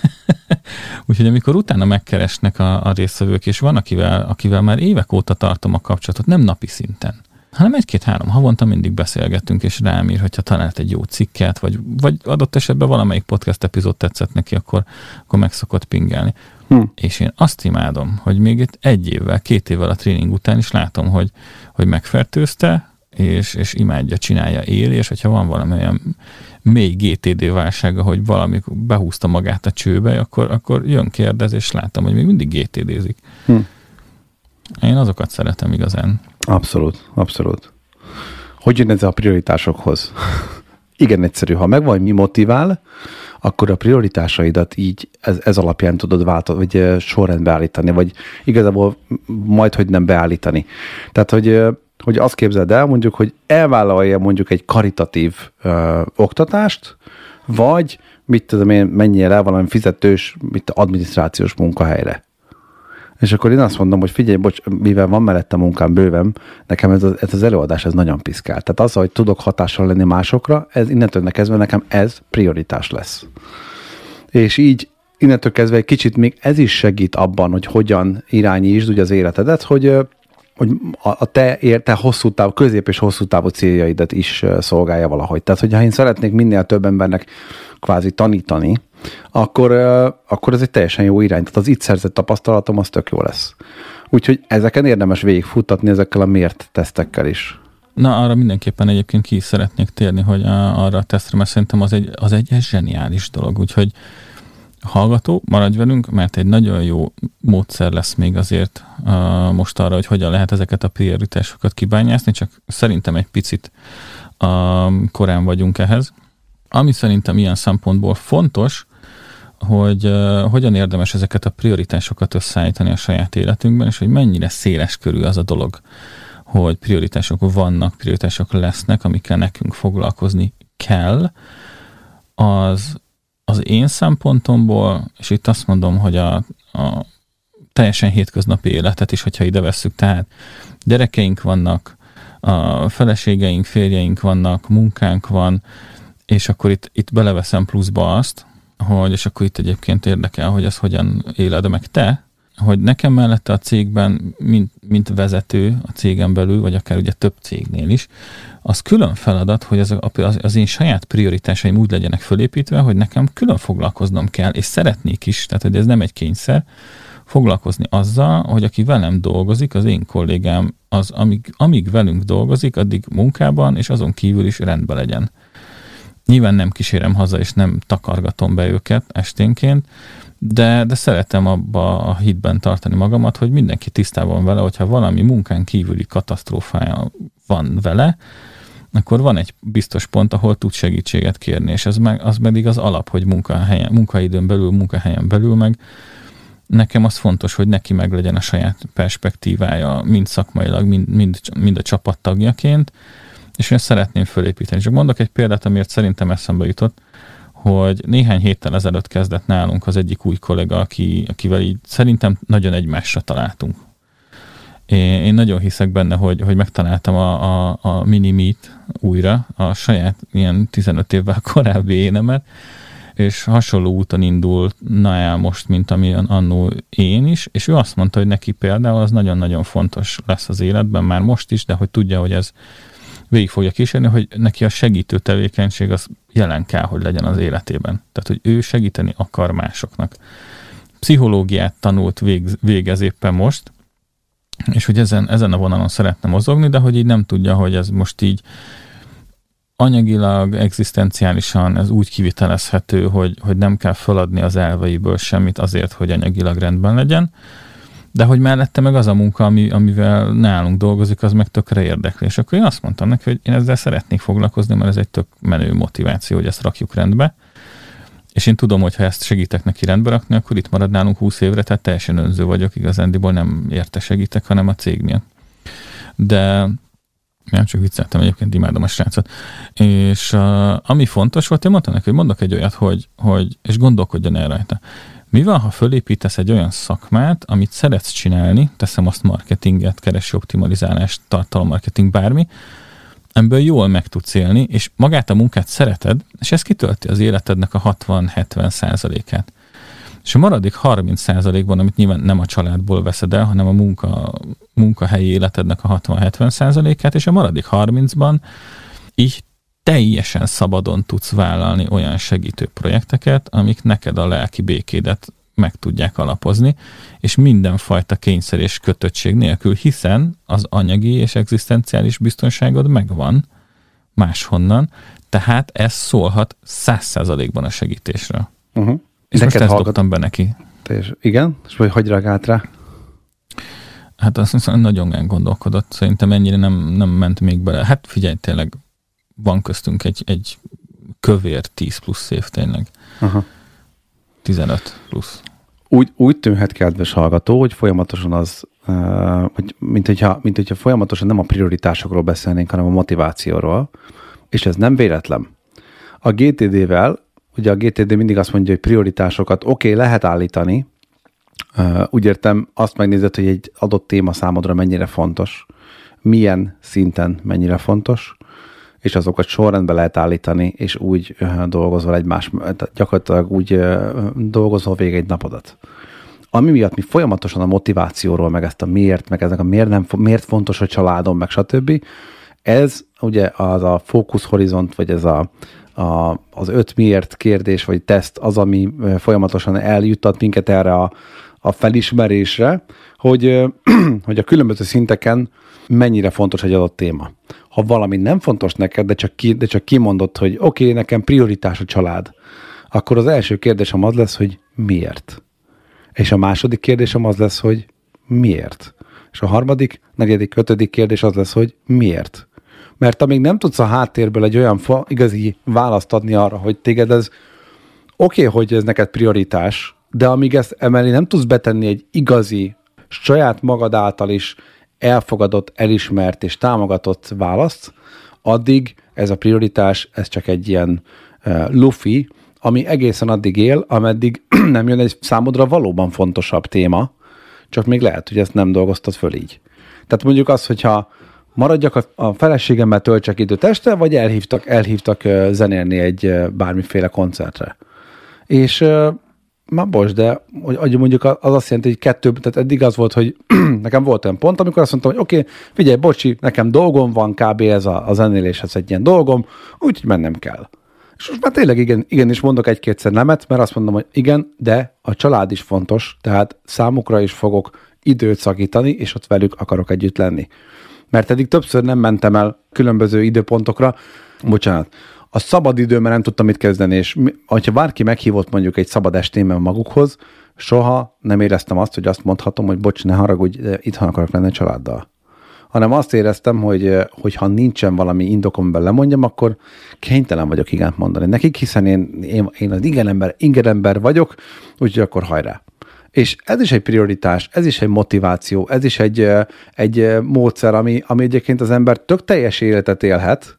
F: úgyhogy amikor utána megkeresnek a, a résztvevők, és van, akivel, akivel már évek óta tartom a kapcsolatot, nem napi szinten, hanem egy-két-három havonta mindig beszélgetünk, és rám ír, hogyha talált egy jó cikket, vagy, vagy adott esetben valamelyik podcast epizód tetszett neki, akkor, akkor meg szokott pingelni. Hm. És én azt imádom, hogy még itt egy évvel, két évvel a tréning után is látom, hogy, hogy megfertőzte, és, és imádja, csinálja, él, és hogyha van valami olyan mély gé té dé válsága, hogy valami behúzta magát a csőbe, akkor, akkor jön kérdez, és látom, hogy még mindig gé té dézik. Hm. Én azokat szeretem igazán.
G: Abszolút, abszolút. Hogy jön ez a prioritásokhoz? Igen egyszerű, ha megvan, mi motivál, akkor a prioritásaidat így ez, ez alapján tudod váltani, vagy sorrendbe állítani, vagy igazából majd, hogy nem beállítani. Tehát, hogy, hogy azt képzeld el, mondjuk, hogy elvállalja mondjuk egy karitatív ö, oktatást, vagy mit tudom én, menjél el valami fizetős, mit adminisztrációs munkahelyre. És akkor én azt mondom, hogy figyelj, bocs, mivel van mellette munkám bőven, nekem ez az, ez az előadás ez nagyon piszkál. Tehát az, hogy tudok hatással lenni másokra, ez innentől kezdve nekem ez prioritás lesz. És így innentől kezdve egy kicsit még ez is segít abban, hogy hogyan irányítsd ugye az életedet, hogy, hogy a te, te hosszú táv, közép és hosszú távú céljaidat is szolgálja valahogy. Tehát, hogyha én szeretnék minél több embernek kvázi tanítani, akkor, akkor ez egy teljesen jó irány. Tehát az itt szerzett tapasztalatom az tök jó lesz. Úgyhogy ezeken érdemes végigfuttatni ezekkel a mért tesztekkel is.
F: Na, arra mindenképpen egyébként ki is szeretnék térni, hogy a, arra a tesztre, mert szerintem az egy, az egy zseniális dolog. Úgyhogy hallgató, maradj velünk, mert egy nagyon jó módszer lesz még azért uh, most arra, hogy hogyan lehet ezeket a prioritásokat kibányászni, csak szerintem egy picit uh, korán vagyunk ehhez. Ami szerintem ilyen szempontból fontos, hogy uh, hogyan érdemes ezeket a prioritásokat összeállítani a saját életünkben, és hogy mennyire széles körű az a dolog, hogy prioritások vannak, prioritások lesznek, amikkel nekünk foglalkozni kell, az, az én szempontomból, és itt azt mondom, hogy a, a teljesen hétköznapi életet is, hogyha ide vesszük, tehát gyerekeink vannak, a feleségeink, férjeink vannak, munkánk van, és akkor itt, itt beleveszem pluszba azt, hogy, és akkor itt egyébként érdekel, hogy ez hogyan éled meg te, hogy nekem mellette a cégben, mint, mint vezető a cégen belül, vagy akár ugye több cégnél is, az külön feladat, hogy az, az, az én saját prioritásaim úgy legyenek fölépítve, hogy nekem külön foglalkoznom kell, és szeretnék is, tehát hogy ez nem egy kényszer, foglalkozni azzal, hogy aki velem dolgozik, az én kollégám, az amíg, amíg velünk dolgozik, addig munkában, és azon kívül is rendben legyen. Nyilván nem kísérem haza, és nem takargatom be őket esténként, de, de szeretem abba a hitben tartani magamat, hogy mindenki tisztában vele, hogyha valami munkán kívüli katasztrófája van vele, akkor van egy biztos pont, ahol tud segítséget kérni, és ez meg, az pedig az alap, hogy munkahelyen, munkaidőn belül, munkahelyen belül meg nekem az fontos, hogy neki meg legyen a saját perspektívája, mind szakmailag, mind, mind, mind a csapattagjaként, és én szeretném fölépíteni. Csak mondok egy példát, amiért szerintem eszembe jutott, hogy néhány héttel ezelőtt kezdett nálunk az egyik új kollega, aki, akivel így szerintem nagyon egymásra találtunk. Én, én nagyon hiszek benne, hogy, hogy megtaláltam a, a, a Mini-Meet újra, a saját ilyen tizenöt évvel korábbi énemet, és hasonló úton indulna el most, mint amilyen annó én is, és ő azt mondta, hogy neki például az nagyon-nagyon fontos lesz az életben, már most is, de hogy tudja, hogy ez végig fogja kísérni, hogy neki a segítő tevékenység az jelen kell, hogy legyen az életében. Tehát, hogy ő segíteni akar másoknak. Pszichológiát tanult, vég, végez éppen most, és hogy ezen, ezen a vonalon szeretne mozogni, de hogy így nem tudja, hogy ez most így anyagilag, egzisztenciálisan ez úgy kivitelezhető, hogy, hogy nem kell feladni az elveiből semmit azért, hogy anyagilag rendben legyen, de hogy mellette meg az a munka, ami, amivel nálunk dolgozik, az meg tökre érdekli. És akkor én azt mondtam neki, hogy én ezzel szeretnék foglalkozni, mert ez egy tök menő motiváció, hogy ezt rakjuk rendbe. És én tudom, hogy ha ezt segítek neki rendbe rakni, akkor itt marad nálunk húsz évre, tehát teljesen önző vagyok, igazándiból nem érte segítek, hanem a cégnél. De nem csak vicceltem, egyébként imádom a srácot. És uh, ami fontos volt, én mondtam neki, hogy mondok egy olyat, hogy, hogy és gondolkodjon el rajta. Mi van, ha fölépítesz egy olyan szakmát, amit szeretsz csinálni, teszem azt marketinget, kereső optimalizálást, tartalommarketing, bármi, ebből jól meg tudsz élni, és magát a munkát szereted, és ez kitölti az életednek a hatvan-hetven százalékát. És a maradék harminc százalékban, amit nyilván nem a családból veszed el, hanem a munka, munkahelyi életednek a hatvan-hetven százalékát, és a maradék harmincban így teljesen szabadon tudsz vállalni olyan segítő projekteket, amik neked a lelki békédet meg tudják alapozni, és mindenfajta kényszer és kötöttség nélkül, hiszen az anyagi és egzisztenciális biztonságod megvan máshonnan, tehát ez szólhat száz százalékban a segítésről. Uh-huh. És neked most ezt hallgat... dobtam be neki.
G: És igen? És vagy hogy reagált rá?
F: Hát azt hiszem, nagyon gondolkodott. Szerintem ennyire nem, nem ment még bele. Hát figyelj, tényleg van köztünk egy, egy kövér tíz plusz év tényleg. Aha. tizenöt plusz.
G: Úgy, úgy tűnhet, kedves hallgató, hogy folyamatosan az, uh, hogy mint, hogyha, mint hogyha folyamatosan nem a prioritásokról beszélnénk, hanem a motivációról, és ez nem véletlen. A gé té dé-vel, ugye a gé té dé mindig azt mondja, hogy prioritásokat oké, okay, lehet állítani, uh, úgy értem, azt megnézed, hogy egy adott téma számodra mennyire fontos, milyen szinten mennyire fontos, és azokat sorrendbe lehet állítani, és úgy uh, dolgozol egymás, gyakorlatilag úgy uh, dolgozol végig egy napodat. Ami miatt mi folyamatosan a motivációról, meg ezt a miért, meg ezek a miért, nem, miért fontos a családom, meg stb. Ez ugye az a fókuszhorizont, vagy ez a, a, az öt miért kérdés, vagy teszt, az, ami folyamatosan eljuttat minket erre a, a felismerésre, hogy, hogy a különböző szinteken mennyire fontos egy adott téma. Ha valami nem fontos neked, de csak, ki, de csak kimondod, hogy oké, okay, nekem prioritás a család, akkor az első kérdésem az lesz, hogy miért? És a második kérdésem az lesz, hogy miért? És a harmadik, negyedik, ötödik kérdés az lesz, hogy miért? Mert amíg nem tudsz a háttérből egy olyan fa, igazi választ adni arra, hogy téged ez oké, okay, hogy ez neked prioritás, de amíg ezt emellé nem tudsz betenni egy igazi, saját magad által is elfogadott, elismert és támogatott választ, addig ez a prioritás, ez csak egy ilyen uh, lufi, ami egészen addig él, ameddig nem jön egy számodra valóban fontosabb téma, csak még lehet, hogy ezt nem dolgoztad föl így. Tehát mondjuk az, hogyha maradjak a, a feleségemmel töltsek időt este, vagy elhívtak, elhívtak uh, zenélni egy uh, bármiféle koncertre. És uh, már bocs, de hogy mondjuk az azt jelenti, hogy kettő, tehát eddig az volt, hogy nekem volt olyan pont, amikor azt mondtam, hogy oké, okay, figyelj, bocsi, nekem dolgom van, kb. Ez a, a zenéléshez egy ilyen dolgom, úgyhogy mennem kell. És most már tényleg igen, igenis mondok egy-kétszer nemet, mert azt mondom, hogy igen, de a család is fontos, tehát számukra is fogok időt szakítani, és ott velük akarok együtt lenni. Mert eddig többször nem mentem el különböző időpontokra, bocsánat, a szabad időben nem tudtam mit kezdeni, és ha bárki meghívott mondjuk egy szabad estémben magukhoz, soha nem éreztem azt, hogy azt mondhatom, hogy bocs, ne haragudj, itthon akarok lenni a családdal. Hanem azt éreztem, hogy, hogy ha nincsen valami indokom, amiben lemondjam, akkor kénytelen vagyok igent mondani nekik, hiszen én, én, én az igen ember, igen ember vagyok, úgyhogy akkor hajrá. És ez is egy prioritás, ez is egy motiváció, ez is egy, egy módszer, ami, ami egyébként az ember tök teljes életet élhet,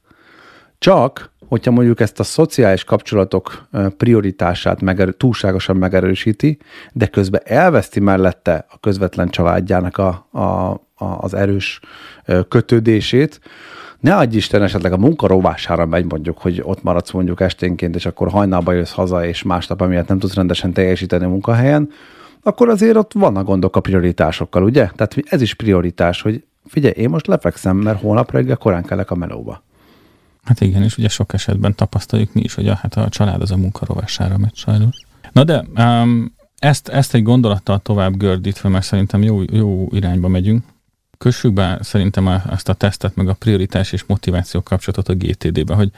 G: csak hogyha mondjuk ezt a szociális kapcsolatok prioritását megerő, túlságosan megerősíti, de közben elveszti mellette a közvetlen családjának a, a, a, az erős kötődését. Ne adj Isten, esetleg a munka rovására megy mondjuk, hogy ott maradsz mondjuk esténként, és akkor hajnalba jössz haza, és másnap emiatt nem tudsz rendesen teljesíteni a munkahelyen, akkor azért ott vannak gondok a prioritásokkal, ugye? Tehát ez is prioritás, hogy figyelj, én most lefekszem, mert holnap reggel korán kellek a melóba.
F: Hát igen, és ugye sok esetben tapasztaljuk mi is, hogy a, hát a család az a munka rovására megy sajnos. Na de um, ezt, ezt egy gondolattal tovább gördítve, mert szerintem jó, jó irányba megyünk. Kössük be szerintem ezt a tesztet, meg a prioritás és motiváció kapcsolatot a gé té dé-be, hogy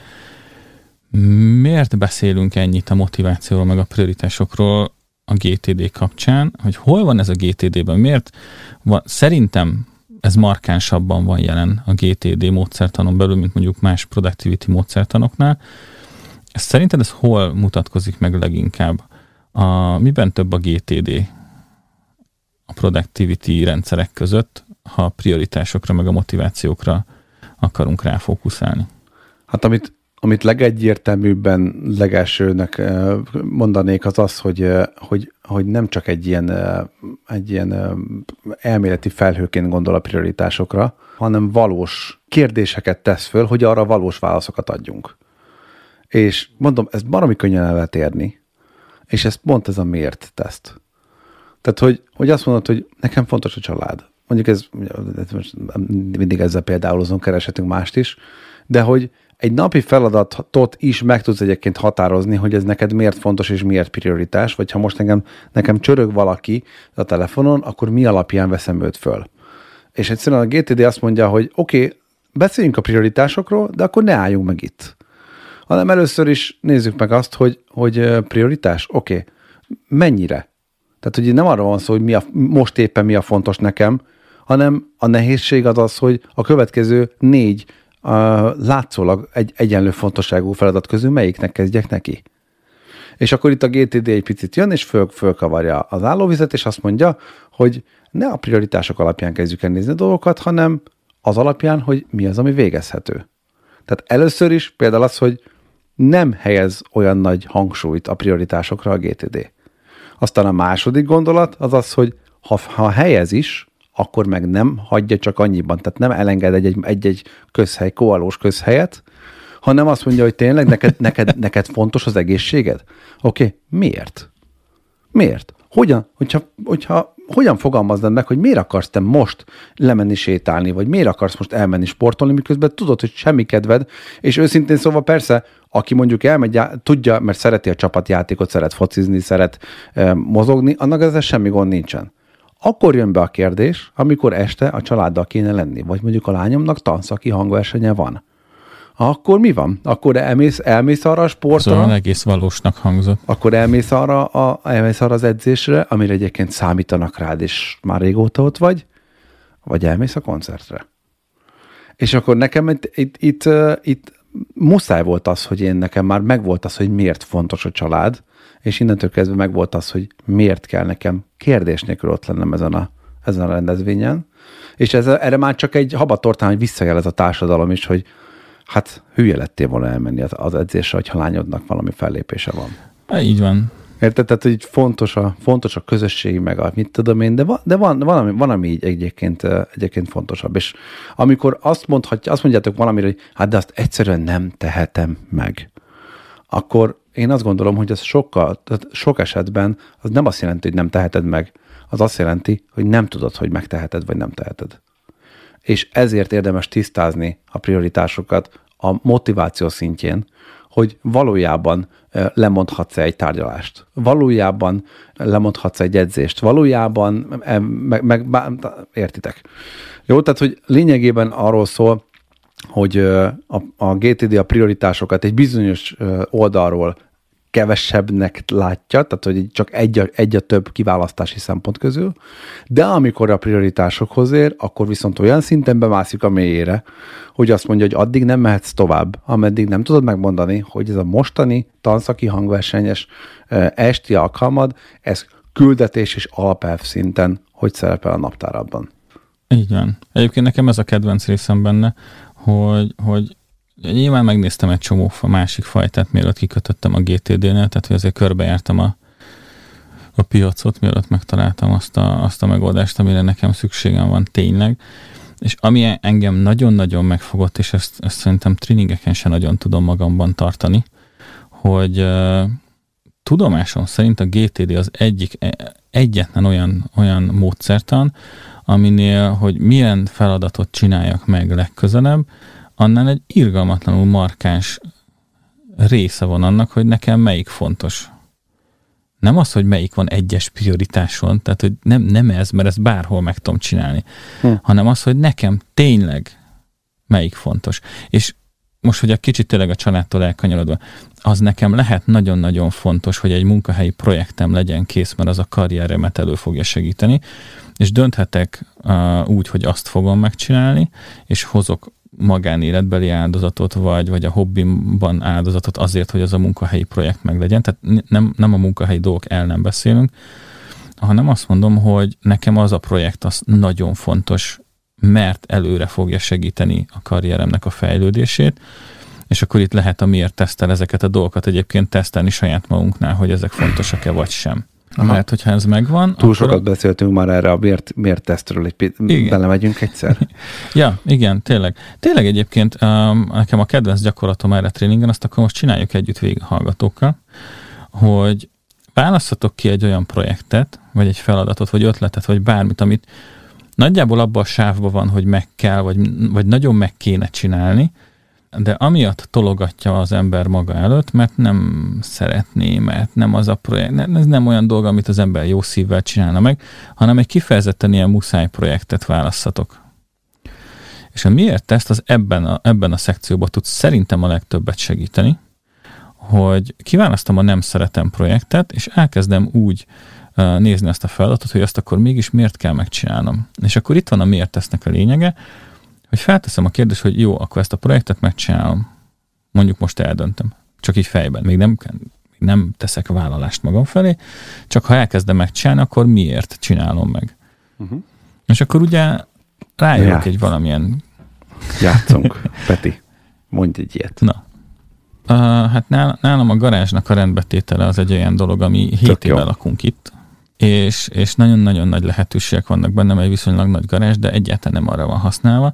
F: miért beszélünk ennyit a motivációról, meg a prioritásokról a gé té dé kapcsán, hogy hol van ez a gé té dé-ben, miért van, szerintem ez markánsabban van jelen a gé té dé módszertanon belül, mint mondjuk más productivity módszertanoknál. Szerinted ez hol mutatkozik meg leginkább? A, miben több a gé té dé a productivity rendszerek között, ha a prioritásokra meg a motivációkra akarunk ráfókuszálni?
G: Hát amit, amit legegyértelműbben legelsőnek mondanék az az, hogy, hogy, hogy nem csak egy ilyen, egy ilyen elméleti felhőként gondol a prioritásokra, hanem valós kérdéseket tesz föl, hogy arra valós válaszokat adjunk. És mondom, ezt baromi könnyen el lehet érni, és ez pont ez a miért teszt. Tehát, hogy, hogy azt mondod, hogy nekem fontos a család. Mondjuk ez, mindig ezzel példálozunk, kereshetünk mást is, de hogy egy napi feladatot is meg tudsz egyébként határozni, hogy ez neked miért fontos és miért prioritás, vagy ha most engem, nekem csörög valaki a telefonon, akkor mi alapján veszem őt föl. És egyszerűen a gé té dé azt mondja, hogy oké, okay, beszéljünk a prioritásokról, de akkor ne álljunk meg itt. Hanem először is nézzük meg azt, hogy, hogy prioritás, oké, okay, mennyire? Tehát, hogy nem arra van szó, hogy mi a, most éppen mi a fontos nekem, hanem a nehézség az az, hogy a következő négy uh, látszólag egy egyenlő fontosságú feladat közül melyiknek kezdjek neki. És akkor itt a gé té dé egy picit jön, és föl, fölkavarja az állóvizet, és azt mondja, hogy ne a prioritások alapján kezdjük el nézni a dolgokat, hanem az alapján, hogy mi az, ami végezhető. Tehát először is például az, hogy nem helyez olyan nagy hangsúlyt a prioritásokra a gé té dé. Aztán a második gondolat az az, hogy ha, ha helyez is, akkor meg nem hagyja csak annyiban, tehát nem elenged egy-egy, egy-egy közhely, koalós közhelyet, hanem azt mondja, hogy tényleg neked, neked, neked fontos az egészséged? Oké, okay. Miért? Miért? Hogyan, hogyha, hogyha, hogyan fogalmaznád meg, hogy miért akarsz te most lemenni sétálni, vagy miért akarsz most elmenni sportolni, miközben tudod, hogy semmi kedved, és őszintén szóval persze, aki mondjuk elmegy, tudja, mert szereti a csapatjátékot, szeret focizni, szeret e, mozogni, annak ezzel semmi gond nincsen. Akkor jön be a kérdés, amikor este a családdal kéne lenni, vagy mondjuk a lányomnak tanszaki hangversenye van. Akkor mi van? Akkor elmész, elmész arra a sportra?
F: Szóval egész valósnak hangzott.
G: Akkor elmész arra, a, elmész arra az edzésre, amire egyébként számítanak rád, és már régóta ott vagy, vagy elmész a koncertre. És akkor nekem itt, itt, itt, itt muszáj volt az, hogy én nekem már megvolt az, hogy miért fontos a család, és innentől kezdve megvolt az, hogy miért kell nekem kérdés nélkül ott lennem ezen a, ezen a rendezvényen. És ez, erre már csak egy habatortán, hogy visszajelez a társadalom is, hogy hát hülye lettél volna elmenni az edzésre, hogyha lányodnak valami fellépése van.
F: Há, így van.
G: Érted? Tehát, hogy fontos a, fontos a közösség, meg a mit tudom én, de van, de van, van, ami, van ami így egyébként, egyébként fontosabb. És amikor azt mondhatja, azt mondjátok valamire, hogy hát de azt egyszerűen nem tehetem meg, akkor én azt gondolom, hogy ez sokkal, sok esetben az nem azt jelenti, hogy nem teheted meg, az azt jelenti, hogy nem tudod, hogy megteheted, vagy nem teheted. És ezért érdemes tisztázni a prioritásokat a motiváció szintjén, hogy valójában lemondhatsz egy tárgyalást, valójában lemondhatsz egy edzést, valójában meg, meg, értitek. Jó, tehát, hogy lényegében arról szól, hogy a, a gé té dé a prioritásokat egy bizonyos oldalról kevesebbnek látja, tehát hogy csak egy a, egy a több kiválasztási szempont közül, de amikor a prioritásokhoz ér, akkor viszont olyan szinten bemászik a mélyére, hogy azt mondja, hogy addig nem mehetsz tovább, ameddig nem tudod megmondani, hogy ez a mostani tanszaki hangversenyes esti alkalmad, ez küldetés és alapelv szinten hogy szerepel a naptáradban.
F: Így van. Egyébként nekem ez a kedvenc részem benne, hogy, hogy nyilván megnéztem egy csomó másik fajtát, mielőtt kikötöttem a gé té dé-nél, tehát hogy azért körbejártam a, a piacot, mielőtt megtaláltam azt a, azt a megoldást, amire nekem szükségem van tényleg. És ami engem nagyon-nagyon megfogott, és ezt, ezt szerintem tréningeken sem nagyon tudom magamban tartani, hogy uh, tudomásom szerint a gé té dé az egyik, egyetlen olyan, olyan módszertan, aminél, hogy milyen feladatot csináljak meg legközelebb, annál egy irgalmatlanul markáns része van annak, hogy nekem melyik fontos. Nem az, hogy melyik van egyes prioritáson, tehát hogy nem, nem ez, mert ezt bárhol meg tudom csinálni, hm. hanem az, hogy nekem tényleg melyik fontos. És most, hogy egy kicsit tényleg a családtól elkanyarodva, az nekem lehet nagyon-nagyon fontos, hogy egy munkahelyi projektem legyen kész, mert az a karrieremet elő fogja segíteni, és dönthetek uh, úgy, hogy azt fogom megcsinálni, és hozok magánéletbeli áldozatot, vagy, vagy a hobbimban áldozatot azért, hogy az a munkahelyi projekt meglegyen. Tehát nem, nem a munkahelyi dolgok el nem beszélünk, hanem azt mondom, hogy nekem az a projekt az nagyon fontos, mert előre fogja segíteni a karrieremnek a fejlődését, és akkor itt lehet a miért tesztel ezeket a dolgokat egyébként tesztelni saját magunknál, hogy ezek fontosak-e vagy sem. Aha. Mert hogyha ez megvan...
G: Túl sokat a... beszéltünk már erre a miért, miért tesztről, egy belemegyünk egyszer.
F: Ja, igen, tényleg. Tényleg egyébként um, nekem a kedvenc gyakorlatom erre tréningen, azt akkor most csináljuk együtt végighallgatókkal, hogy válasszatok ki egy olyan projektet, vagy egy feladatot, vagy ötletet, vagy bármit, amit nagyjából abban a sávban van, hogy meg kell, vagy, vagy nagyon meg kéne csinálni, de amiatt tologatja az ember maga előtt, mert nem szeretné, mert nem az a projekt, ez nem olyan dolog, amit az ember jó szívvel csinálna meg, hanem egy kifejezetten ilyen muszáj projektet válasszatok. És a miért teszt az ebben a, ebben a szekcióban tud szerintem a legtöbbet segíteni, hogy kiválasztom a nem szeretem projektet, és elkezdem úgy uh, nézni ezt a feladatot, hogy azt akkor mégis miért kell megcsinálnom. És akkor itt van a miért tesznek a lényege, hogy felteszem a kérdést, hogy jó, akkor ezt a projektet megcsinálom. Mondjuk most eldöntöm. Csak így fejben. Még nem, még nem teszek vállalást magam felé, csak ha elkezdem megcsinálni, akkor miért csinálom meg. Uh-huh. És akkor ugye rájövök egy valamilyen...
G: Játszunk. Peti, mondj egy ilyet.
F: Na. Uh, hát nálam a garázsnak a rendbetétele az egy olyan dolog, ami hét éve lakunk itt, és, és nagyon-nagyon nagy lehetőségek vannak benne, egy viszonylag nagy garázs, de egyáltalán nem arra van használva.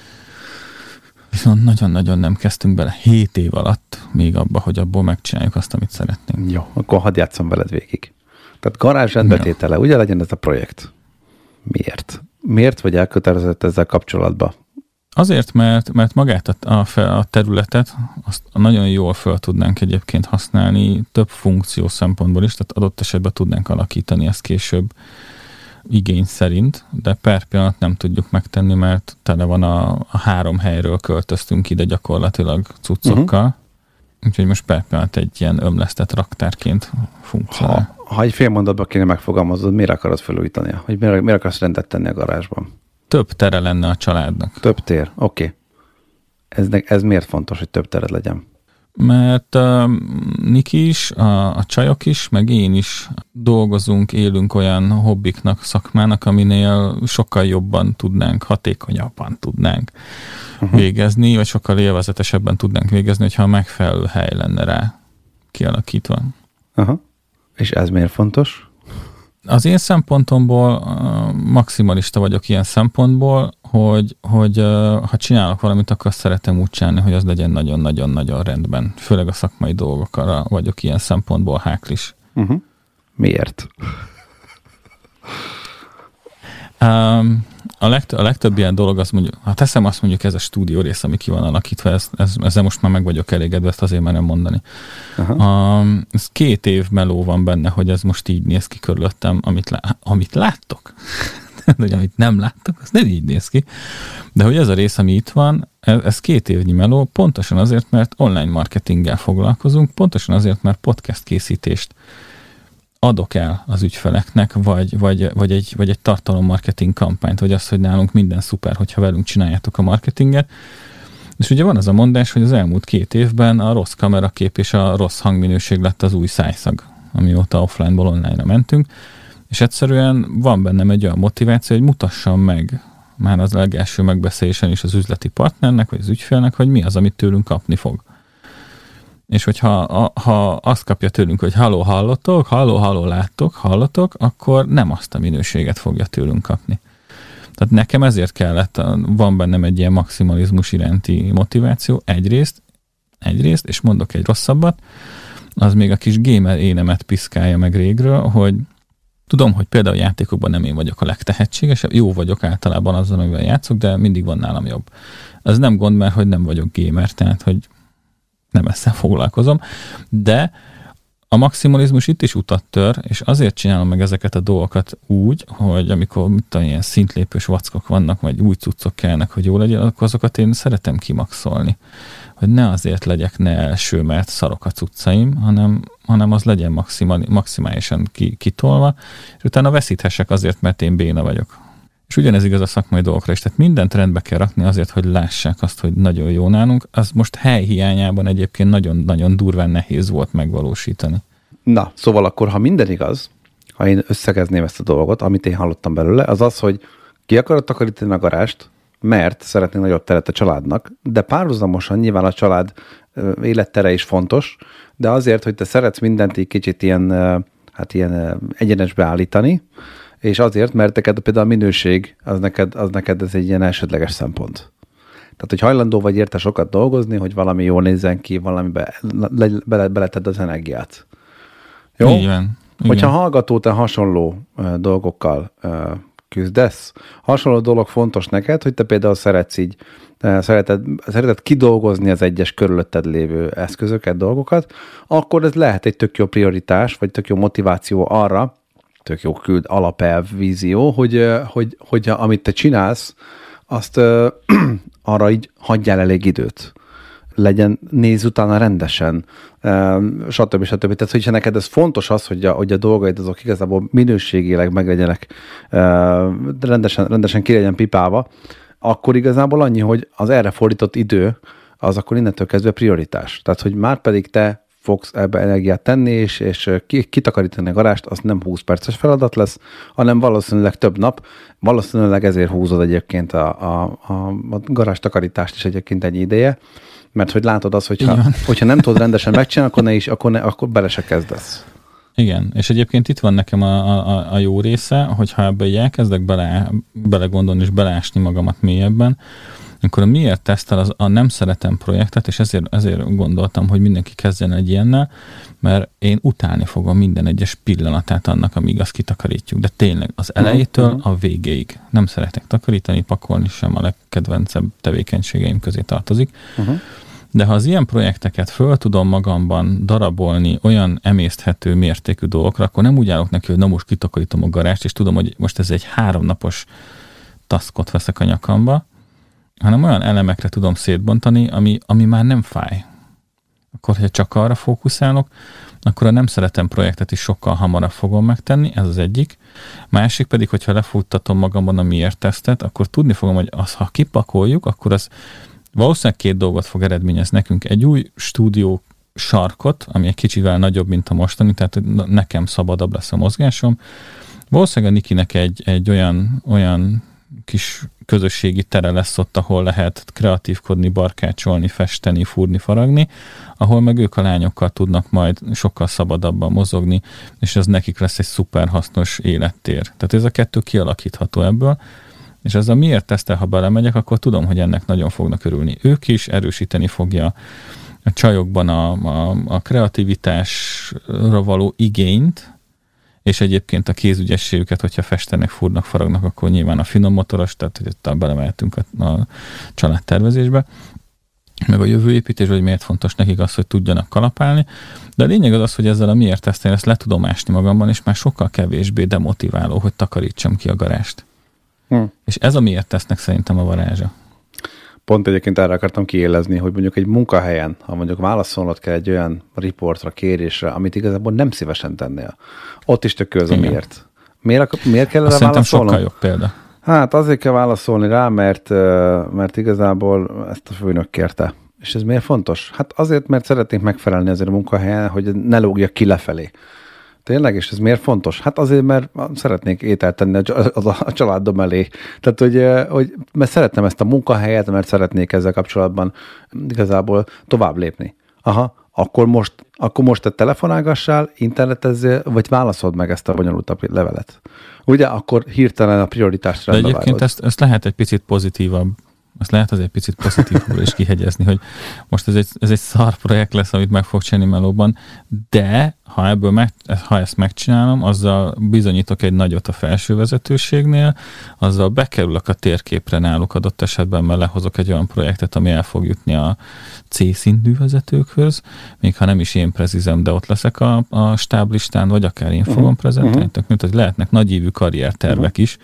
F: Viszont nagyon-nagyon nem kezdtünk bele hét év alatt még abba, hogy abból megcsináljuk azt, amit szeretnénk.
G: Jó, akkor hadd játszom veled végig. Tehát garázs rendbetétele, ja. Ugye legyen ez a projekt? Miért? Miért vagy elkötelezett ezzel kapcsolatban?
F: Azért, mert, mert magát a, a, a területet azt nagyon jól fel tudnánk egyébként használni több funkció szempontból is, tehát adott esetben tudnánk alakítani ezt később igény szerint, de per pillanat nem tudjuk megtenni, mert tele van a, a három helyről költöztünk ide gyakorlatilag cuccokkal, uh-huh. úgyhogy most per pillanat egy ilyen ömlesztett raktárként funkcionál.
G: Ha, ha egy fél mondatban kéne megfogalmazod, miért akarod felújítani? Hogy miért, miért akarsz rendet tenni a garázsban?
F: Több tere lenne a családnak.
G: Több tér, oké. Okay. Ez, ez miért fontos, hogy több tered legyen?
F: Mert uh, Niki is, a, a csajok is, meg én is dolgozunk, élünk olyan hobbiknak, szakmának, aminél sokkal jobban tudnánk, hatékonyabban tudnánk uh-huh. végezni, vagy sokkal élvezetesebben tudnánk végezni, hogyha a megfelelő hely lenne rá kialakítva. Aha.
G: És ez miért fontos?
F: Az én szempontomból uh, maximalista vagyok ilyen szempontból, hogy, hogy uh, ha csinálok valamit, akkor szeretem úgy csinálni, hogy az legyen nagyon-nagyon-nagyon rendben. Főleg a szakmai dolgokra vagyok ilyen szempontból háklis.
G: Uh-huh. Miért?
F: Um, a, legtöbb, a legtöbb ilyen dolog, az mondjuk, ha teszem azt mondjuk ez a stúdió rész, ami ki van alakítva, ez, ez, ezzel most már meg vagyok elégedve, ezt azért már nem mondani. Um, ez két év meló van benne, hogy ez most így néz ki körülöttem, amit, lá, amit láttok, de amit nem láttok, az nem így néz ki. De hogy ez a rész, ami itt van, ez, ez két évnyi meló, pontosan azért, mert online marketinggel foglalkozunk, pontosan azért, mert podcast készítést adok el az ügyfeleknek, vagy, vagy, vagy, egy, vagy egy tartalommarketing kampányt, vagy az, hogy nálunk minden szuper, hogyha velünk csináljátok a marketinget. És ugye van az a mondás, hogy az elmúlt két évben a rossz kamerakép és a rossz hangminőség lett az új szájszag, amióta offline-ból online-ra mentünk, és egyszerűen van bennem egy olyan motiváció, hogy mutassam meg már az legelső megbeszélésen is az üzleti partnernek, vagy az ügyfélnek, hogy mi az, amit tőlünk kapni fog. És hogyha a, ha azt kapja tőlünk, hogy halló, hallottok, halló, halló, láttok, hallotok, akkor nem azt a minőséget fogja tőlünk kapni. Tehát nekem ezért kellett, van bennem egy ilyen maximalizmus iránti motiváció, egyrészt, egyrészt, és mondok egy rosszabbat, az még a kis gamer énemet piszkálja meg régről, hogy tudom, hogy például a játékokban nem én vagyok a legtehetségesebb, jó vagyok általában azzal, amivel játszok, de mindig van nálam jobb. Ez nem gond, mert hogy nem vagyok gamer, tehát hogy nem ezzel foglalkozom, de a maximalizmus itt is utat tör, és azért csinálom meg ezeket a dolgokat úgy, hogy amikor mit tudom, ilyen szintlépős vackok vannak, vagy új cuccok kellnek, hogy jó legyen, akkor azokat én szeretem kimaxolni. Hogy ne azért legyek ne első, mert szarok a cuccaim, hanem, hanem az legyen maximal, maximálisan ki, kitolva, és utána veszíthessek azért, mert én béna vagyok. És ugyanez igaz a szakmai dolgokra is. Tehát mindent rendbe kell rakni azért, hogy lássák azt, hogy nagyon jó nálunk. Az most hely hiányában egyébként nagyon-nagyon durván nehéz volt megvalósítani. Na, szóval akkor, ha minden igaz, ha én összegezném ezt a dolgot, amit én hallottam belőle, az az, hogy ki akarod takarítani a garást, mert szeretnénk nagyobb teret a családnak, de párhuzamosan nyilván a család élettere is fontos, de azért, hogy te szeretsz mindent így kicsit ilyen, hát ilyen egyenesbe állítani, és azért, mert neked például a minőség, az neked, az neked ez egy ilyen elsődleges szempont. Tehát, hogy hajlandó vagy érte sokat dolgozni, hogy valami jól nézzen ki, valamibe bele, beleted az energiát. Jó? Igen. Hogyha igen. Hallgató, te hasonló uh, dolgokkal uh, küzdesz, hasonló dolog fontos neked, hogy te például szeretsz így, uh, szereted, szereted kidolgozni az egyes körülötted lévő eszközöket, dolgokat, akkor ez lehet egy tök jó prioritás, vagy tök jó motiváció arra, tök jó küld alapelv, vízió, hogy, hogy, hogy amit te csinálsz, azt uh, arra így hagyjál elég időt. Legyen, nézz utána rendesen, uh, stb. stb. Tehát, hogyha neked ez fontos az, hogy a, hogy a dolgaid azok igazából minőségileg meglegyenek, uh, rendesen, rendesen ki legyen pipálva, akkor igazából annyi, hogy az erre fordított idő, az akkor innentől kezdve prioritás. Tehát, hogy már pedig te fogsz ebbe energiát tenni, és, és kitakarítani a garást, az nem húsz perces feladat lesz, hanem valószínűleg több nap. Valószínűleg ezért húzod egyébként a, a, a, a garázs takarítást is egyébként egy ideje, mert hogy látod azt, hogyha, hogyha nem tudod rendesen megcsinálni, akkor, ne is, akkor, ne, akkor bele se kezdesz. Igen, és egyébként itt van nekem a, a, a jó része, hogyha ebbe így elkezdek bele, bele gondolni és beleásni magamat mélyebben, akkor a miért tesztel az a nem szeretem projektet, és ezért, ezért gondoltam, hogy mindenki kezdjen egy ilyennel, mert én utálni fogom minden egyes pillanatát annak, amíg azt kitakarítjuk. De tényleg az elejétől uh-huh. a végéig. Nem szeretek takarítani, pakolni sem a legkedvencebb tevékenységeim közé tartozik. Uh-huh. De ha az ilyen projekteket föl tudom magamban darabolni olyan emészthető mértékű dolgokra, akkor nem úgy állok neki, hogy na most kitakarítom a garást, és tudom, hogy most ez egy háromnapos taskot veszek a nyakamba, hanem olyan elemekre tudom szétbontani, ami, ami már nem fáj. Akkor, ha csak arra fókuszálok, akkor a nem szeretem projektet is sokkal hamarabb fogom megtenni, ez az egyik. Másik pedig, hogyha lefuttatom magamban a miért tesztet, akkor tudni fogom, hogy az, ha kipakoljuk, akkor az valószínűleg két dolgot fog eredményezni nekünk. Egy új stúdió sarkot, ami egy kicsivel nagyobb, mint a mostani, tehát nekem szabadabb lesz a mozgásom. Valószínűleg a Nikinek egy, egy olyan, olyan kis közösségi tere lesz ott, ahol lehet kreatívkodni, barkácsolni, festeni, fúrni, faragni, ahol meg ők a lányokkal tudnak majd sokkal szabadabban mozogni, és ez nekik lesz egy szuper hasznos élettér. Tehát ez a kettő kialakítható ebből, és ez a miért tesztel, ha belemegyek, akkor tudom, hogy ennek nagyon fognak örülni. Ők is erősíteni fogja a csajokban a, a, a kreativitásra való igényt, és egyébként a kézügyességüket, hogyha festenek, fúrnak, faragnak, akkor nyilván a finom motoros, tehát hogy ott belemehetünk a, a családtervezésbe, meg a jövőépítés, hogy miért fontos nekik az, hogy tudjanak kalapálni. De a lényeg az az, hogy ezzel a miért tesztel, ezt le tudom ásni magamban, és már sokkal kevésbé demotiváló, hogy takarítsam ki a garást. Hm. És ez a miért tesznek szerintem a varázsa. Pont egyébként erre akartam kiélezni, hogy mondjuk egy munkahelyen, ha mondjuk válaszolnod kell egy olyan riportra, kérésre, amit igazából nem szívesen tennél. Ott is tök az a miért. Miért, miért kell erre válaszolnom? Sokkal jobb példa. Hát azért kell válaszolni rá, mert, mert igazából ezt a főnök kérte. És ez miért fontos? Hát azért, mert szeretnénk megfelelni azért a munkahelyen, hogy ne lógja ki lefelé. Tényleg? És ez miért fontos? Hát azért, mert szeretnék ételt tenni a családom elé. Tehát, hogy, hogy mert szeretem ezt a munkahelyet, mert szeretnék ezzel kapcsolatban igazából tovább lépni. Aha,
G: akkor most, akkor most te telefonálgassál, internetezzél, vagy válaszold meg ezt a bonyolultabb levelet. Ugye, akkor hirtelen a prioritást
F: rendbe De egyébként ezt, ezt lehet egy picit pozitívabb, ezt lehet azért picit pozitívabbra is kihegyezni, hogy most ez egy, ez egy szar projekt lesz, amit meg fog csinálni melóban, de ha ebből meg, ha ezt megcsinálom, azzal bizonyítok egy nagyot a felső vezetőségnél, azzal bekerülök a térképre náluk adott esetben, mert lehozok egy olyan projektet, ami el fog jutni a C-szintű vezetőkhöz, még ha nem is én prezizem, de ott leszek a, a stáblistán, vagy akár én fogom uh-huh. prezentálni, uh-huh. tehát lehetnek nagyívű karriertervek uh-huh. is,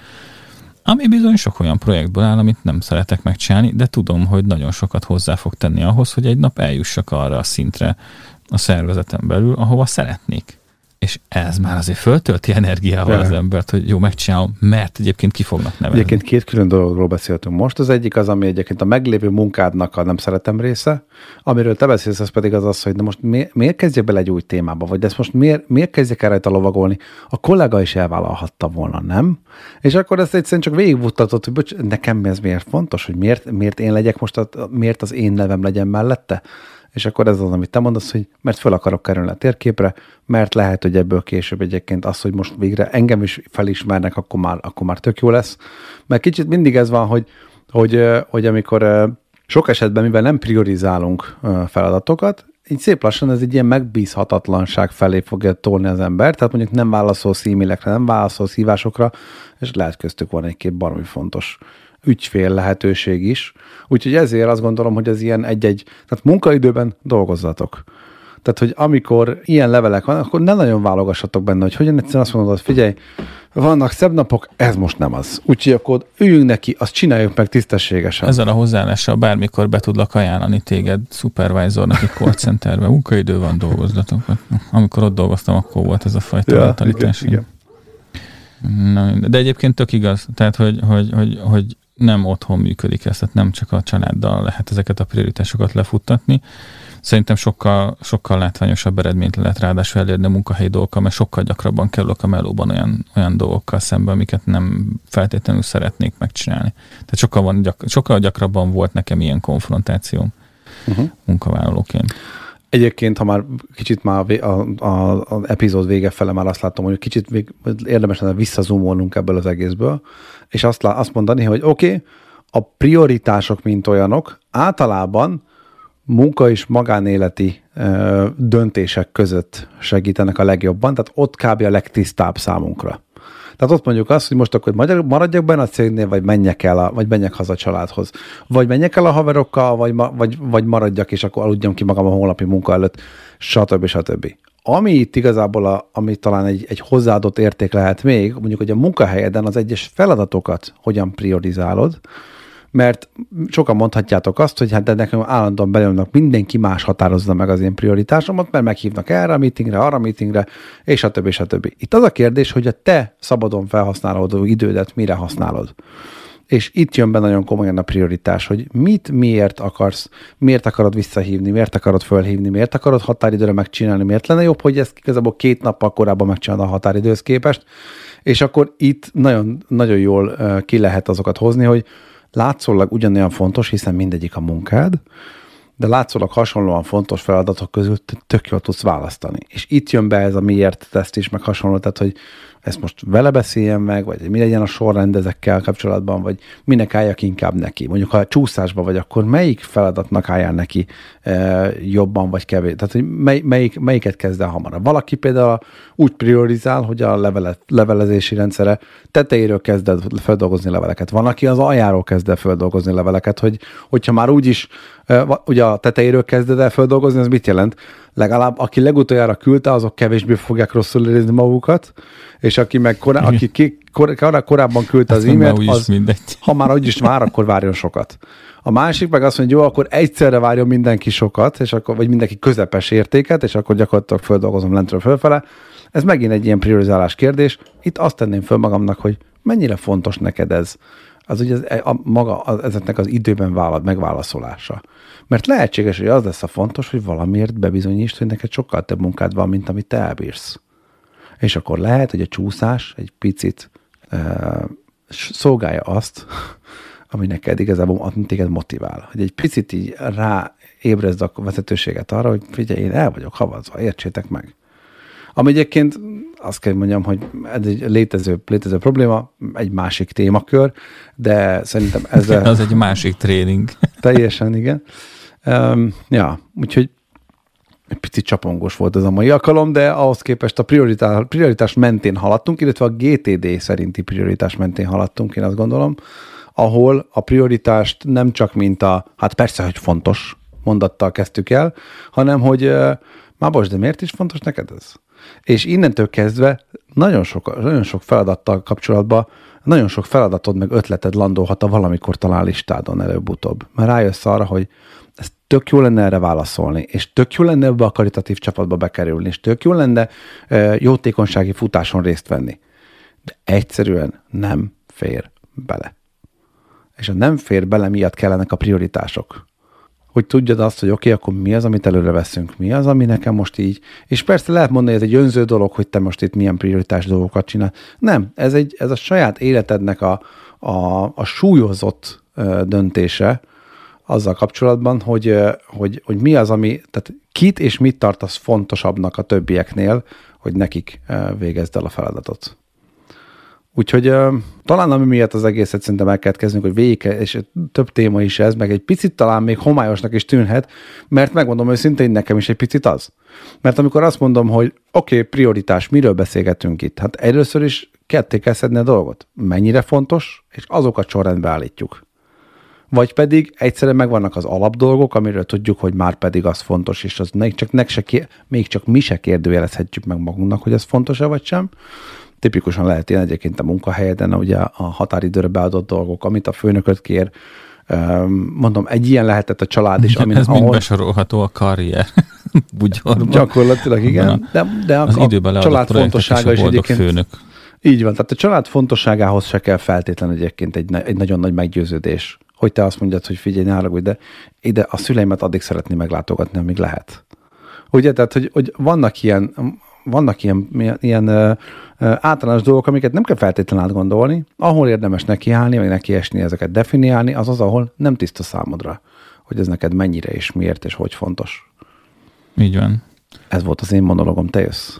F: ami bizony sok olyan projektből áll, amit nem szeretek megcsinálni, de tudom, hogy nagyon sokat hozzá fog tenni ahhoz, hogy egy nap eljussak arra a szintre a szervezeten belül, ahova szeretnék. És ez már azért föltölti energiával az embert, hogy jó, megcsinálom, mert egyébként ki fognak nevezni.
G: Egyébként két külön dologról beszéltünk most. Az egyik az, ami egyébként a meglévő munkádnak a nem szeretem része, amiről te beszélsz, az pedig az az, hogy de most mi, miért kezdjek bele egy új témába, vagy de ezt most miért, miért kezdjek el rajta lovagolni? A kollega is elvállalhatta volna, nem? És akkor ezt egyszerűen csak végigfuttatott, hogy bocs, nekem ez miért fontos, hogy miért, miért én legyek most, a, miért az én nevem legyen mellette? És akkor ez az, amit te mondasz, hogy mert föl akarok kerülni a térképre, mert lehet, hogy ebből később egyébként az, hogy most végre engem is felismernek, akkor már, akkor már tök jó lesz. Mert kicsit mindig ez van, hogy, hogy, hogy amikor sok esetben, mivel nem priorizálunk feladatokat, így szép lassan ez egy ilyen megbízhatatlanság felé fogja tolni az ember, tehát mondjuk nem válaszolsz e-mailekre, nem válaszolsz hívásokra, és lehet köztük van egy-két baromi fontos ügyfél lehetőség is. Úgyhogy ezért azt gondolom, hogy ez ilyen egy-egy, tehát munkaidőben dolgozzatok. Tehát, hogy amikor ilyen levelek van, akkor ne nagyon válogassatok benne, hogy hogyan egyszerűen azt mondod, figyelj, vannak szebb napok, ez most nem az. Úgyhogy akkor üljünk neki, azt csináljuk meg tisztességesen.
F: Ezzel a hozzáállással bármikor be tudlak ajánlani téged supervisornak egy call centerbe. Munkaidő van, dolgozzatok. Amikor ott dolgoztam, akkor volt ez a fajta ja, mentalitás. Igen, igen. Na, de egyébként tök igaz. Tehát, hogy, hogy, hogy, hogy nem otthon működik ez, tehát nem csak a családdal lehet ezeket a prioritásokat lefuttatni. Szerintem sokkal, sokkal látványosabb eredményt lehet ráadásul elérni a munkahelyi dolgokkal, mert sokkal gyakrabban kerülök a melóban olyan, olyan dolgokkal szembe, amiket nem feltétlenül szeretnék megcsinálni. Tehát sokkal, van, gyak, sokkal gyakrabban volt nekem ilyen konfrontációm uh-huh. munkavállalóként.
G: Egyébként, ha már kicsit már az epizód vége fele már azt látom, hogy kicsit még érdemes lenne visszazumolnunk ebből az egészből, és azt, azt mondani, hogy oké, okay, a prioritások, mint olyanok, általában munka és magánéleti ö, döntések között segítenek a legjobban, tehát ott kb. A legtisztább számunkra. Tehát ott mondjuk azt, hogy most akkor maradjak benne a cégnél, vagy menjek el, a, vagy menjek haza a családhoz. Vagy menjek el a haverokkal, vagy, vagy, vagy maradjak, és akkor aludjam ki magam a holnapi munka előtt, stb. stb. Ami itt igazából, a, ami talán egy, egy hozzáadott érték lehet még, mondjuk, hogy a munkahelyeden az egyes feladatokat hogyan priorizálod, mert sokan mondhatjátok azt, hogy hát de nekem állandóan belülnek, mindenki más határozza meg az én prioritásomat, mert meghívnak erre a meetingre, arra a meetingre, és a többi, és a többi. Itt az a kérdés, hogy a te szabadon felhasználódó idődet mire használod. És itt jön be nagyon komolyan a prioritás, hogy mit, miért akarsz, miért akarod visszahívni, miért akarod fölhívni, miért akarod határidőre megcsinálni, miért lenne jobb, hogy ezt igazából két nappal korábban megcsinálod a határidőhöz képest, és akkor itt nagyon, nagyon jól ki lehet azokat hozni, hogy látszólag ugyanolyan fontos, hiszen mindegyik a munkád, de látszólag hasonlóan fontos feladatok közül tök jól tudsz választani. És itt jön be ez a miért teszt is, meg hasonló, tehát, hogy ezt most vele beszéljen meg, vagy mi legyen a sorrend ezekkel kapcsolatban, vagy minek álljak inkább neki. Mondjuk, ha csúszásban vagy, akkor melyik feladatnak álljál neki e, jobban, vagy kevés. Tehát, hogy mely, melyik, melyiket kezd el hamarabb. Valaki például úgy priorizál, hogy a levelet, levelezési rendszere tetejéről kezd el feldolgozni leveleket. Van, aki az aljáról kezd el feldolgozni leveleket, hogy, hogyha már úgyis e, ugye a tetejéről kezded el feldolgozni, az mit jelent? Legalább aki legutoljára küldte, azok kevésbé fogják rosszul érezni magukat, és aki meg korá, aki ki, kor, korábban küldte az e-mailt, az, ha már úgyis vár, akkor várjon sokat. A másik meg azt mondja, jó, akkor egyszerre várjon mindenki sokat, és akkor, vagy mindenki közepes értéket, és akkor gyakorlatilag földolgozom lentről fölfele. Ez megint egy ilyen priorizálás kérdés. Itt azt tenném föl magamnak, hogy mennyire fontos neked ez. Az ugye az, a, maga az, ezeknek az időben vállal, megválaszolása. Mert lehetséges, hogy az lesz a fontos, hogy valamiért bebizonyítsd, hogy neked sokkal több munkád van, mint amit te elbírsz. És akkor lehet, hogy a csúszás egy picit uh, szolgálja azt, ami neked igazából téged motivál. Hogy egy picit így rá ébrezd a vezetőséget arra, hogy figyelj, én el vagyok havazva, értsétek meg. Ami egyébként azt kell mondjam, hogy ez egy létező, létező probléma, egy másik témakör, de szerintem ezzel...
F: Az egy másik tréning.
G: Teljesen, igen. Um, ja, úgyhogy egy picit csapongós volt ez a mai alkalom, de ahhoz képest a prioritás, prioritás mentén haladtunk, illetve a gé té dé szerinti prioritás mentén haladtunk, én azt gondolom, ahol a prioritást nem csak mint a, hát persze, hogy fontos mondattal kezdtük el, hanem, hogy uh, már bocs, de miért is fontos neked ez? És innentől kezdve nagyon sok, nagyon sok feladattal kapcsolatban nagyon sok feladatod meg ötleted landolhat a valamikor talán listádon előbb-utóbb. Mert rájössz arra, hogy ez tök jó lenne erre válaszolni, és tök jó lenne ebbe a karitatív csapatba bekerülni, és tök jó lenne e, jótékonysági futáson részt venni. De egyszerűen nem fér bele. És a nem fér bele miatt kellenek a prioritások. Hogy tudjad azt, hogy oké, okay, akkor mi az, amit előre veszünk, mi az, ami nekem most így. És persze lehet mondani, hogy ez egy önző dolog, hogy te most itt milyen prioritás dolgokat csinál. Nem, ez, egy, ez a saját életednek a, a, a súlyozott ö, döntése azzal kapcsolatban, hogy, ö, hogy, hogy mi az, ami, tehát kit és mit tartasz fontosabbnak a többieknél, hogy nekik ö, végezd el a feladatot. Úgyhogy uh, talán ami miatt az egészet szerintem el kellett kezdenünk, hogy végig, és több téma is ez, meg egy picit talán még homályosnak is tűnhet, mert megmondom őszintén, nekem is egy picit az. Mert amikor azt mondom, hogy oké, okay, prioritás, miről beszélgetünk itt? Hát először is ketté kell szedni a dolgot. Mennyire fontos, és azokat sorrendbe állítjuk. Vagy pedig egyszerűen megvannak az alapdolgok, amiről tudjuk, hogy már pedig az fontos, és az még csak, nek se kér, még csak mi se kérdőjelezhetjük meg magunknak, hogy ez fontos-e vagy sem. Tipikusan lehet ilyen egyébként a munkahelyeden, ugye a határidőre beadott dolgok, amit a főnököt kér. Mondom, egy ilyen lehetett a család is.
F: Amin, ez ahol... mind besorolható a karrier. Bugyorban.
G: Gyakorlatilag igen. De, de a, a család fontossága is egyébként... Főnök. Így van, tehát a család fontosságához se kell feltétlenül egyébként egy, egy nagyon nagy meggyőződés, hogy te azt mondjad, hogy figyelj, ne haragudj, de ide a szüleimet addig szeretném meglátogatni, amíg lehet. Ugye, tehát, hogy, hogy vannak ilyen... Vannak ilyen, ilyen ö, ö, általános dolgok, amiket nem kell feltétlenül átgondolni, ahol érdemes nekiállni, vagy nekiesni, ezeket definiálni, az az, ahol nem tiszta számodra, hogy ez neked mennyire és miért és hogy fontos.
F: Így van.
G: Ez volt az én monológom, te jössz.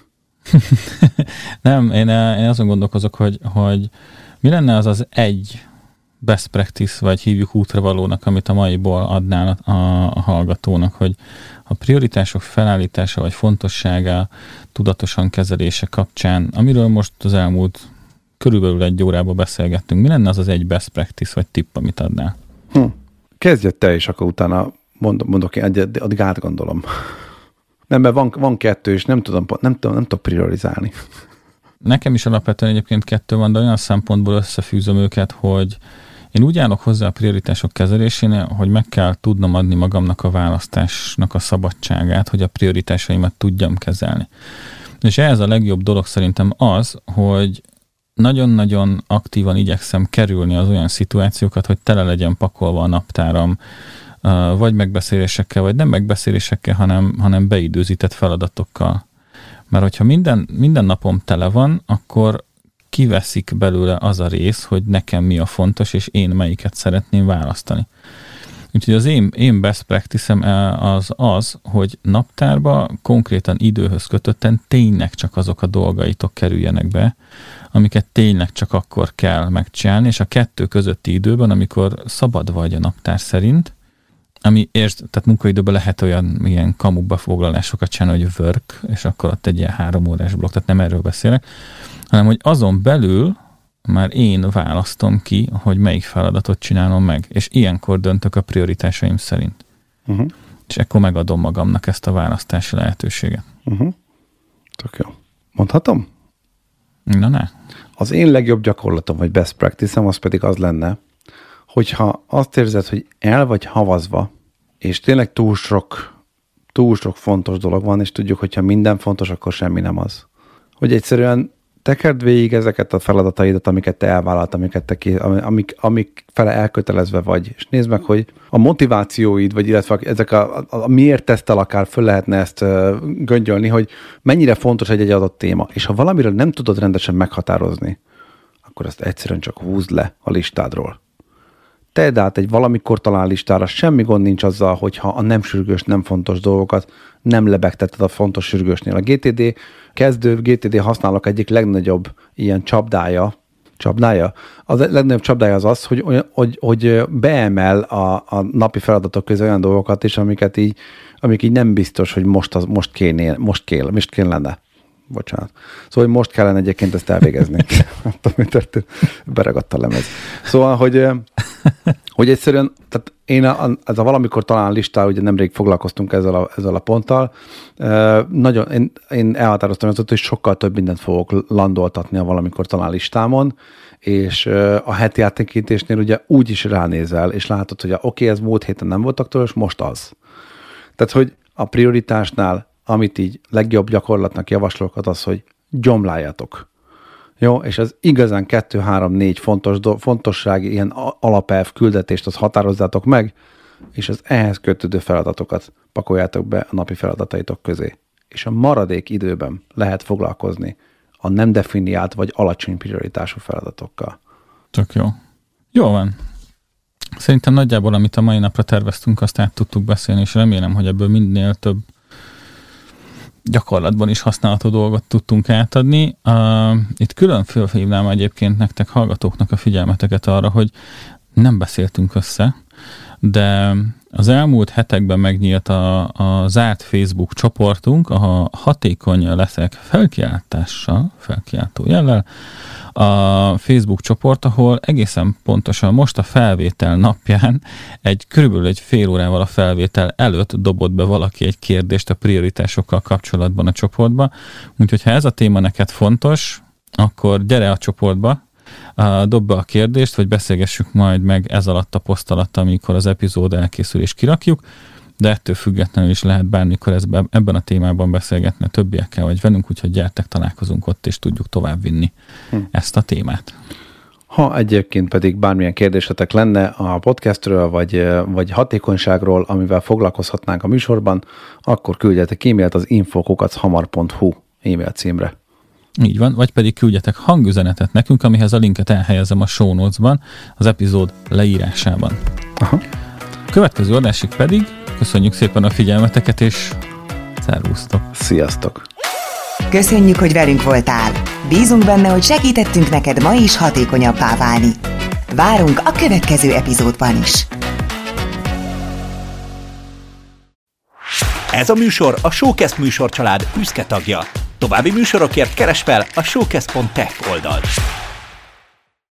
F: Nem, én, én azon gondolkozok, hogy, hogy mi lenne az az egy best practice, vagy hívjuk útravalónak, amit a maiból adnál a, a hallgatónak, hogy a prioritások felállítása vagy fontossága, tudatosan kezelése kapcsán, amiről most az elmúlt körülbelül egy órában beszélgettünk, mi lenne az az egy best practice vagy tipp, amit adnál?
G: Hm. Kezdjed te, és akkor utána mond, mondok én, addig átgondolom. Nem, mert van, van kettő, és nem tudom, nem, tudom, nem tudok priorizálni.
F: Nekem is alapvetően egyébként kettő van, de olyan szempontból összefűzöm őket, hogy én úgy állok hozzá a prioritások kezelésénél, hogy meg kell tudnom adni magamnak a választásnak a szabadságát, hogy a prioritásaimat tudjam kezelni. És ehhez a legjobb dolog szerintem az, hogy nagyon-nagyon aktívan igyekszem kerülni az olyan szituációkat, hogy tele legyen pakolva a naptáram, vagy megbeszélésekkel, vagy nem megbeszélésekkel, hanem, hanem beidőzített feladatokkal. Mert hogyha minden, minden napom tele van, akkor kiveszik belőle az a rész, hogy nekem mi a fontos, és én melyiket szeretném választani. Úgyhogy az én, én best practice-em az az, hogy naptárba konkrétan időhöz kötötten tényleg csak azok a dolgaitok kerüljenek be, amiket tényleg csak akkor kell megcsinálni, és a kettő közötti időben, amikor szabad vagy a naptár szerint, ami értsd, tehát munkaidőben lehet olyan ilyen kamu befoglalásokat csinálni, hogy work, és akkor ott egy ilyen három órás blokk, tehát nem erről beszélek, hanem hogy azon belül már én választom ki, hogy melyik feladatot csinálom meg, és ilyenkor döntök a prioritásaim szerint. Uh-huh. És ekkor megadom magamnak ezt a választási lehetőséget.
G: Uh-huh. Tök jó. Mondhatom?
F: Na ne.
G: Az én legjobb gyakorlatom, vagy best practice-em, az pedig az lenne, hogyha azt érzed, hogy el vagy havazva, és tényleg túl sok, túl sok fontos dolog van, és tudjuk, hogyha minden fontos, akkor semmi nem az. Hogy egyszerűen tekerd végig ezeket a feladataidat, amiket te elvállalt, amiket te ki, amik, amik fele elkötelezve vagy, és nézd meg, hogy a motivációid, vagy illetve ezek a, a, a miért tesztel akár föl lehetne ezt uh, göngyölni, hogy mennyire fontos egy, egy adott téma. És ha valamiről nem tudod rendesen meghatározni, akkor ezt egyszerűen csak húzd le a listádról. tedd át egy valamikor talán listára, semmi gond nincs azzal, hogyha a nem sürgős, nem fontos dolgokat nem lebegtetted a fontos sürgősnél. A gé té dé kezdő gé té dé használók egyik legnagyobb ilyen csapdája, csapdája? A legnagyobb csapdája az az, hogy, hogy, hogy beemel a, a napi feladatok közé olyan dolgokat is, amiket így, amik így nem biztos, hogy most, az, most kéne, most kéne, most kéne. Bocsánat. Szóval, hogy most kellene egyébként ezt elvégezni. Nem tudom, mi történt. Beregadt a lemez. Szóval, hogy, hogy egyszerűen, tehát én a, ez a valamikor talán listál, ugye nemrég foglalkoztunk ezzel a, ezzel a ponttal, nagyon, én, én elhatároztam azt, hogy sokkal több mindent fogok landoltatni a valamikor talán listámon, és a heti áttekintésnél ugye úgy is ránézel, és látod, hogy oké, okay, ez múlt héten nem volt aktuális, most az. Tehát, hogy a prioritásnál amit így legjobb gyakorlatnak javaslok, az, hogy gyomláljatok. Jó, és az igazán kettő, három, négy fontos, do, fontossági ilyen alapelv küldetést, azt határozzátok meg, és az ehhez kötődő feladatokat pakoljátok be a napi feladataitok közé. És a maradék időben lehet foglalkozni a nem definiált vagy alacsony prioritású feladatokkal.
F: Tök jó. Jó van. Szerintem nagyjából, amit a mai napra terveztünk, azt át tudtuk beszélni, és remélem, hogy ebből minél több gyakorlatban is használható dolgot tudtunk átadni. Uh, itt külön fölhívnám egyébként nektek, hallgatóknak a figyelmeteket arra, hogy nem beszéltünk össze, de az elmúlt hetekben megnyílt a, a zárt Facebook csoportunk, a Hatékony leszek felkiáltással, felkiáltó jellel, a Facebook csoport, ahol egészen pontosan most a felvétel napján egy körülbelül egy fél órával a felvétel előtt dobott be valaki egy kérdést a prioritásokkal kapcsolatban a csoportba. Úgyhogy ha ez a téma neked fontos, akkor gyere a csoportba, dob be a kérdést, vagy beszélgessük majd meg ez alatt a poszt alatt, amikor az epizód elkészül és kirakjuk, de ettől függetlenül is lehet bármikor ezben, ebben a témában beszélgetni a többiekkel, vagy velünk, úgyhogy gyertek, találkozunk ott, és tudjuk továbbvinni hm. ezt a témát.
G: Ha egyébként pedig bármilyen kérdésetek lenne a podcastről, vagy, vagy hatékonyságról, amivel foglalkozhatnánk a műsorban, akkor küldjetek e-mailt az info kukac hamar pont hu e-mail címre.
F: Így van, vagy pedig küldjetek hangüzenetet nekünk, amihez a linket elhelyezem a show notes-ban, az epizód leírásában. Aha. Következő adásig pedig köszönjük szépen a figyelmeteket, és szervusztok!
G: Sziasztok!
E: Köszönjük, hogy velünk voltál! Bízunk benne, hogy segítettünk neked ma is hatékonyabbá válni. Várunk a következő epizódban is!
A: Ez a műsor a Showcast műsorcsalád büszke tagja. További műsorokért keresd fel a showcast pont tech oldalt.